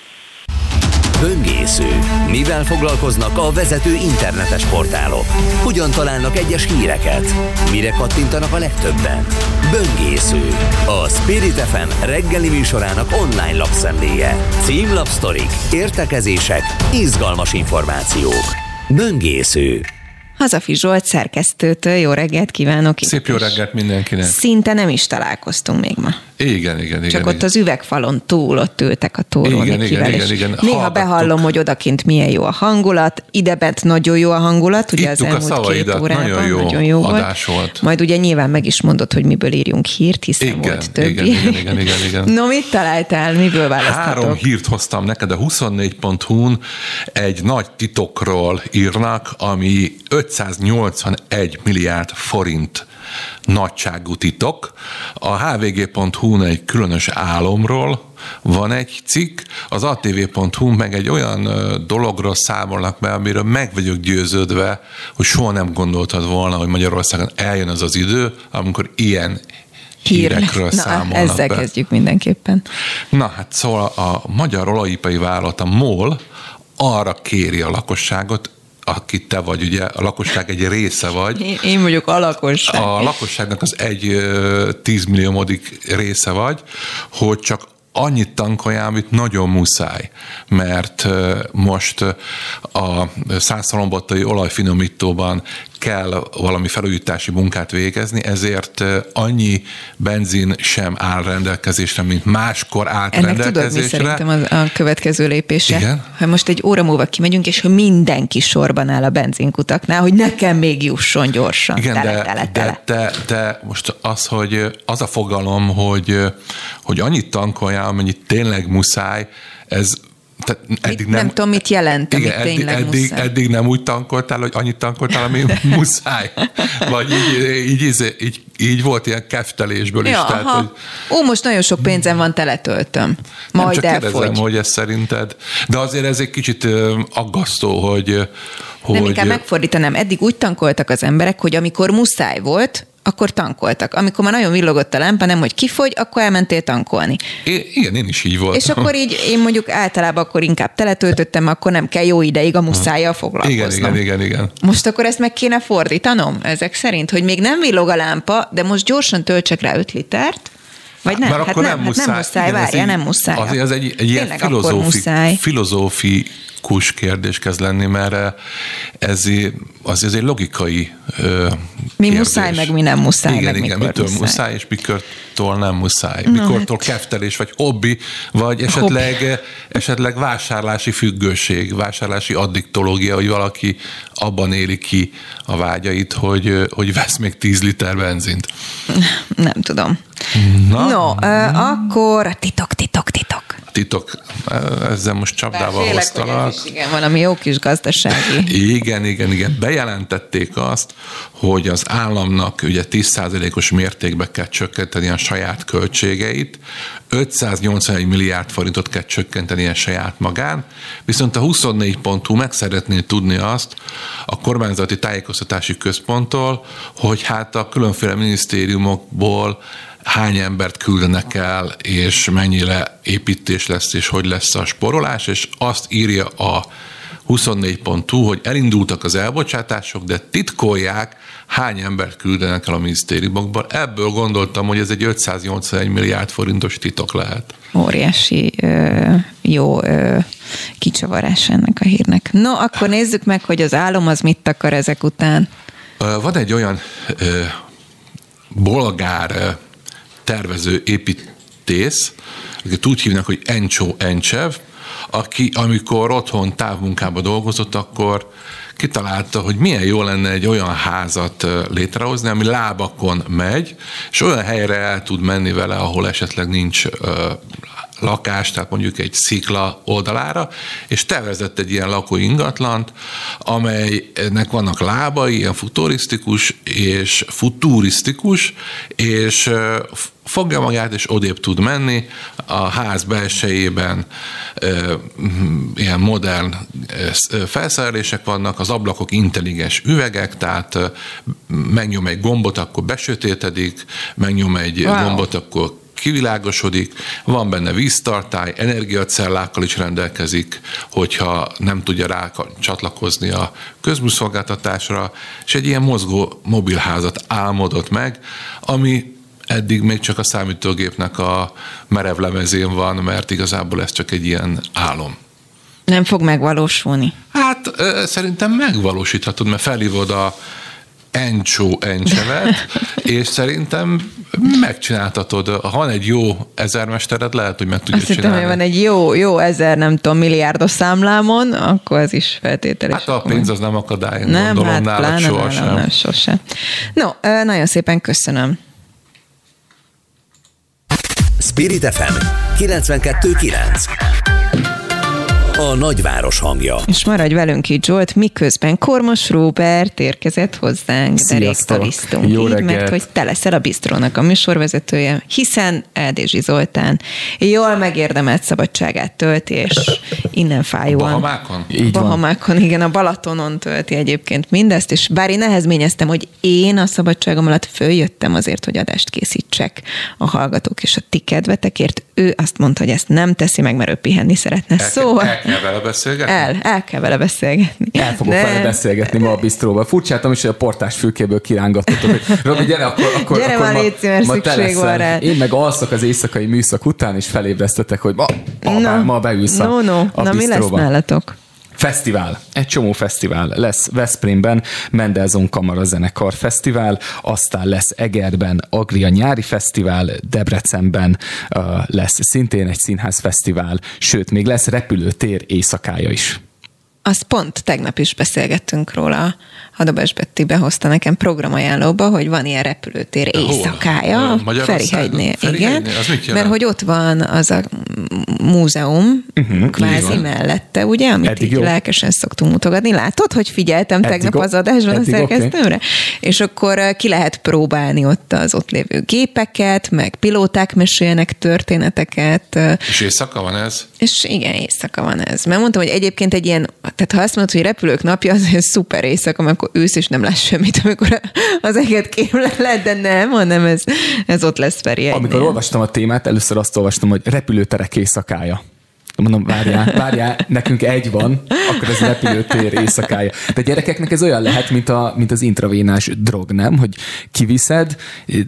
[SPEAKER 1] Böngésző. Mivel foglalkoznak a vezető internetes portálok? Hogyan találnak egyes híreket? Mire kattintanak a legtöbben? Böngésző. A Spirit FM reggeli műsorának online lapszemléje. Címlapsztorik, értekezések, izgalmas információk. Böngésző.
[SPEAKER 2] Hazafi Zsolt szerkesztőtől jó reggelt kívánok!
[SPEAKER 14] Szép jó reggelt mindenkinek!
[SPEAKER 2] Szinte nem is találkoztunk még ma.
[SPEAKER 14] Igen.
[SPEAKER 2] Csak ott az üvegfalon túl, ott ültek a tórón. Igen. Néha behallom, hogy odakint milyen jó a hangulat, idebent nagyon jó a hangulat, ugye
[SPEAKER 14] Ittuk
[SPEAKER 2] az elmúlt 2 órában.
[SPEAKER 14] Nagyon jó adás volt.
[SPEAKER 2] Majd ugye nyilván meg is mondod, hogy miből írjunk hírt, hiszen volt többi.
[SPEAKER 14] Igen.
[SPEAKER 2] No, mit találtál, miből választhatok?
[SPEAKER 14] 3 hírt hoztam neked, a 24.hu-n egy nagy titokról írnak, ami 581 milliárd forint nagyságú titok. A hvg.hu-n egy különös álomról van egy cikk, az atv.hu meg egy olyan dologról számolnak be, amiről meg vagyok győződve, hogy soha nem gondoltad volna, hogy Magyarországon eljön az az idő, amikor ilyen hírekről számolnak
[SPEAKER 2] ezzel
[SPEAKER 14] be.
[SPEAKER 2] kezdjük mindenképpen.
[SPEAKER 14] Na hát szóval a Magyar Olajipari Vállalat, a MOL arra kéri a lakosságot, aki te vagy, ugye a lakosság egy része vagy.
[SPEAKER 2] Én vagyok a lakosság.
[SPEAKER 14] A lakosságnak az 10 milliómodik része vagy, hogy csak annyit tankoljál, amit nagyon muszáj, mert most a Szászhalombattai olajfinomítóban kell valami felújítási munkát végezni, ezért annyi benzin sem áll rendelkezésre, mint máskor állt
[SPEAKER 2] ennek
[SPEAKER 14] rendelkezésre.
[SPEAKER 2] Ennek tudod, mi szerintem a következő lépése?
[SPEAKER 14] Igen?
[SPEAKER 2] Ha most egy óra múlva kimegyünk, és ha mindenki sorban áll a benzinkutaknál, hogy nekem még jusson gyorsan.
[SPEAKER 14] Igen,
[SPEAKER 2] tele.
[SPEAKER 14] de most az a fogalom, hogy annyit tankoljál, amennyit tényleg muszáj, ez eddig
[SPEAKER 2] nem tudom, mit jelent, amit tényleg muszáj.
[SPEAKER 14] Eddig nem úgy tankoltál, hogy annyit tankoltál, ami muszáj. Vagy így volt ilyen keftelésből is. Tehát, hogy
[SPEAKER 2] most nagyon sok pénzem van, teletöltöm. Majd
[SPEAKER 14] nem csak
[SPEAKER 2] elfogy.
[SPEAKER 14] kérdezem, hogy ez szerinted. De azért ez egy kicsit aggasztó, hogy
[SPEAKER 2] nem, inkább megfordítanám. Eddig úgy tankoltak az emberek, hogy amikor muszáj volt, akkor tankoltak. Amikor már nagyon villogott a lámpa, nem hogy kifogy, akkor elmentél tankolni.
[SPEAKER 14] Igen, én is így voltam.
[SPEAKER 2] És akkor így én mondjuk általában akkor inkább teletöltöttem, akkor nem kell jó ideig a muszájjal foglalkoznom.
[SPEAKER 14] Igen.
[SPEAKER 2] Most akkor ezt meg kéne fordítanom ezek szerint, hogy még nem villog a lámpa, de most gyorsan töltsek rá 5 litert, vagy nem?
[SPEAKER 14] Hát nem muszáj.
[SPEAKER 2] Nem muszáj.
[SPEAKER 14] Azért ez egy ilyen filozófikus kérdés kezd lenni, mert ez egy logikai
[SPEAKER 2] mi
[SPEAKER 14] kérdés.
[SPEAKER 2] Muszáj, meg mi nem muszáj.
[SPEAKER 14] Igen, mitől muszáj, és mikortól nem muszáj. Mikortól keftelés, vagy hobbi, vagy esetleg vásárlási függőség, vásárlási addiktológia, hogy valaki abban éli ki a vágyait, hogy vesz még 10 liter benzint.
[SPEAKER 2] Nem tudom. Akkor titok.
[SPEAKER 14] Ezzel most csapdával hoztalak.
[SPEAKER 2] Igen, valami jó kis gazdasági.
[SPEAKER 14] Igen. Bejelentették azt, hogy az államnak ugye 10%-os mértékben kell csökkenteni a saját költségeit, 581 milliárd forintot kell csökkenteni a saját magán, viszont a 24.hu meg szeretné tudni azt a kormányzati tájékoztatási központtól, hogy hát a különféle minisztériumokból hány embert küldenek el, és mennyire építés lesz, és hogy lesz a spórolás, és azt írja a 24.hu, hogy elindultak az elbocsátások, de titkolják, hány embert küldenek el a minisztériumokban. Ebből gondoltam, hogy ez egy 581 milliárd forintos titok lehet.
[SPEAKER 2] Óriási jó kicsavarás ennek a hírnek. No, akkor nézzük meg, hogy az álom az mit akar ezek után.
[SPEAKER 14] Van egy olyan bolgár tervező építész, akit úgy hívnak, hogy Encsó Encsev, aki amikor otthon távmunkában dolgozott, akkor kitalálta, hogy milyen jó lenne egy olyan házat létrehozni, ami lábakon megy, és olyan helyre el tud menni vele, ahol esetleg nincs lakás, tehát mondjuk egy szikla oldalára, és tervezett egy ilyen lakóingatlant, amelynek vannak lábai, ilyen futurisztikus, és fogja magát, és odébb tud menni. A ház belsejében ilyen modern felszerelések vannak, az ablakok intelligens üvegek, tehát megnyom egy gombot, akkor besötétedik, megnyom egy gombot, akkor kivilágosodik, van benne víztartály, energiacellákkal is rendelkezik, hogyha nem tudja rá csatlakozni a közműszolgáltatásra, és egy ilyen mozgó mobilházat álmodott meg, ami eddig még csak a számítógépnek a merev lemezén van, mert igazából ez csak egy ilyen álom.
[SPEAKER 2] Nem fog megvalósulni?
[SPEAKER 14] Hát szerintem megvalósíthatod, mert felhívod a Encsó Encsevet, és szerintem megcsináltatod. Ha van egy jó ezermestered, lehet, hogy meg tudja csinálni.
[SPEAKER 2] Azt hittem, hogy van egy jó 1000, nem tudom, milliárdos számlámon, akkor az is feltételes.
[SPEAKER 14] Hát a pénz az nem akadály, gondolom, nálad sohasem.
[SPEAKER 2] Sosem. No, nagyon szépen köszönöm.
[SPEAKER 1] Spirit FM 92.9. a nagyváros hangja.
[SPEAKER 2] És maradj velünk így, Zsolt, miközben Kormos Róbert érkezett hozzánk, derékturisztunk.
[SPEAKER 15] Jó
[SPEAKER 2] így,
[SPEAKER 15] reggelt.
[SPEAKER 2] mert hogy te leszel a Bistrónak a műsorvezetője, hiszen Eldézsi Zoltán jól megérdemelt szabadságát tölti, és innen fájóan.
[SPEAKER 14] Bahamákon?
[SPEAKER 15] Így van.
[SPEAKER 2] Bahamákon, igen, a Balatonon tölti egyébként mindezt, és bár én nehezményeztem, hogy én a szabadságom alatt följöttem azért, hogy adást készítsek a hallgatók és a ti kedvetekért, ő azt mondta, hogy ezt nem teszi meg, mert ő pihenni szeretne.
[SPEAKER 14] El kell vele beszélgetni?
[SPEAKER 2] El kell vele beszélgetni.
[SPEAKER 15] El fogok vele beszélgetni ma a bistróban. Furcsáltam is, hogy a portás fülkéből kirángattatok, hogy Robi, gyere, akkor
[SPEAKER 2] gyere már, légy szíves, szükség van rá.
[SPEAKER 15] Én meg alszok az éjszakai műszak után, és felébresztetek, hogy ma beülsz a
[SPEAKER 2] Na, mi lesz nálatok?
[SPEAKER 15] Fesztivál. Egy csomó fesztivál lesz Veszprémben, Mendelssohn Kamarazenekar Fesztivál, aztán lesz Egerben Agria Nyári Fesztivál, Debrecenben lesz szintén egy színházfesztivál, sőt, még lesz repülőtér éjszakája is.
[SPEAKER 2] Azt pont tegnap is beszélgettünk róla. Hadabás Betti behozta nekem programajánlóba, hogy van ilyen repülőtér éjszakája Ferihegynél. Igen, mert hogy ott van az a múzeum, kvázi mellette, ugye, amit így lelkesen szoktunk mutogatni. Látod, hogy figyeltem tegnap az adásban a szerkesztőmre? Okay. És akkor ki lehet próbálni ott lévő gépeket, meg pilóták mesélnek történeteket.
[SPEAKER 14] És éjszaka van ez? És
[SPEAKER 2] igen, éjszaka van ez. Mert mondtam, hogy egyébként egy ilyen, tehát ha azt mondod, hogy repülők napja, az egy szuper éjszaka, mert akkor ősz és nem lát semmit, amikor az eget kém lehet, de nem, hanem ez ott lesz Ferihegynél.
[SPEAKER 15] Amikor olvastam a témát, először azt olvastam, hogy repülőterek éjszakája. Mondom, várjál, nekünk egy van, akkor ez repülőtér éjszakája. De gyerekeknek ez olyan lehet, mint az intravénás drog, nem? Hogy kiviszed,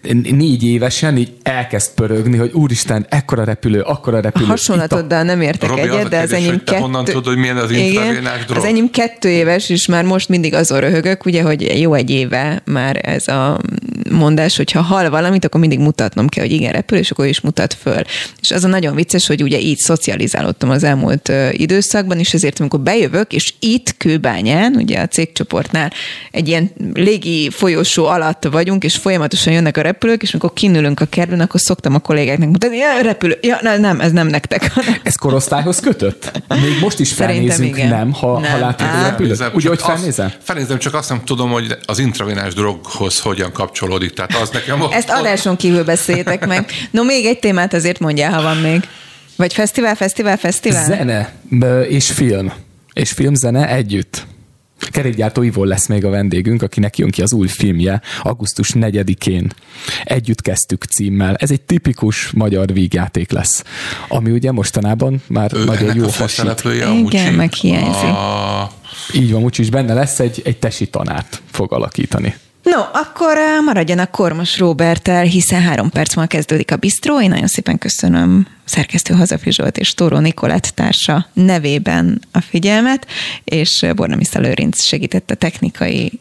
[SPEAKER 15] 4 évesen így elkezd pörögni, hogy úristen, akkora repülő.
[SPEAKER 2] A hasonlatoddal nem értek
[SPEAKER 14] Robi,
[SPEAKER 2] egyet, de az enyém 2...
[SPEAKER 14] honnan tudod, hogy milyen az intravénás drog?
[SPEAKER 2] Az enyém 2 éves, és már most mindig azon röhögök, ugye, hogy jó egy éve már ez a mondás, hogy ha hall valamit, akkor mindig mutatnom kell, hogy igen, repül, és akkor is mutat föl. És az a nagyon vicces, hogy ugye így szocializálódtam az elmúlt időszakban, és ezért, amikor bejövök, és itt Kőbányán, ugye a cégcsoportnál egy ilyen légi folyosó alatt vagyunk, és folyamatosan jönnek a repülők, és amikor kinülünk a kerülön, akkor szoktam a kollégáknak mutatni, repülő, nem, ez nem nektek.
[SPEAKER 15] Ez korosztályhoz kötött? Még most is felnézünk, nem, ha látjuk a repülőt? Úgy, hogy felnézem?
[SPEAKER 14] Felnézem, csak azt nem tudom, hogy az intravénás droghoz hogyan kapcsolódik. Tehát az nekem...
[SPEAKER 2] Ezt adáson kívül beszéljétek meg. No, még egy témát azért mondjál, ha van még. Vagy fesztivál?
[SPEAKER 15] Zene és film. És filmzene együtt. Kerékgyártó Ivon lesz még a vendégünk, akinek jön ki az új filmje augusztus 4-én. Együtt kezdtük címmel. Ez egy tipikus magyar vígjáték lesz, ami ugye mostanában már nagyon jó hasít.
[SPEAKER 2] Igen, meg hiányzik.
[SPEAKER 15] Így van, úgyis benne lesz egy tesi tanárt fog alakítani.
[SPEAKER 2] No, akkor maradjanak Kormos Róberttel, hiszen 3 perc múlva kezdődik a bistró. Én nagyon szépen köszönöm szerkesztő Hazafi Zsolt és Tóró Nikolett társa nevében a figyelmet, és Bornamisza Lőrinc segített a technikai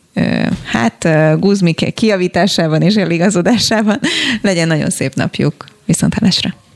[SPEAKER 2] guzmik kijavításában és eligazodásában. Legyen nagyon szép napjuk. Viszonthallásra!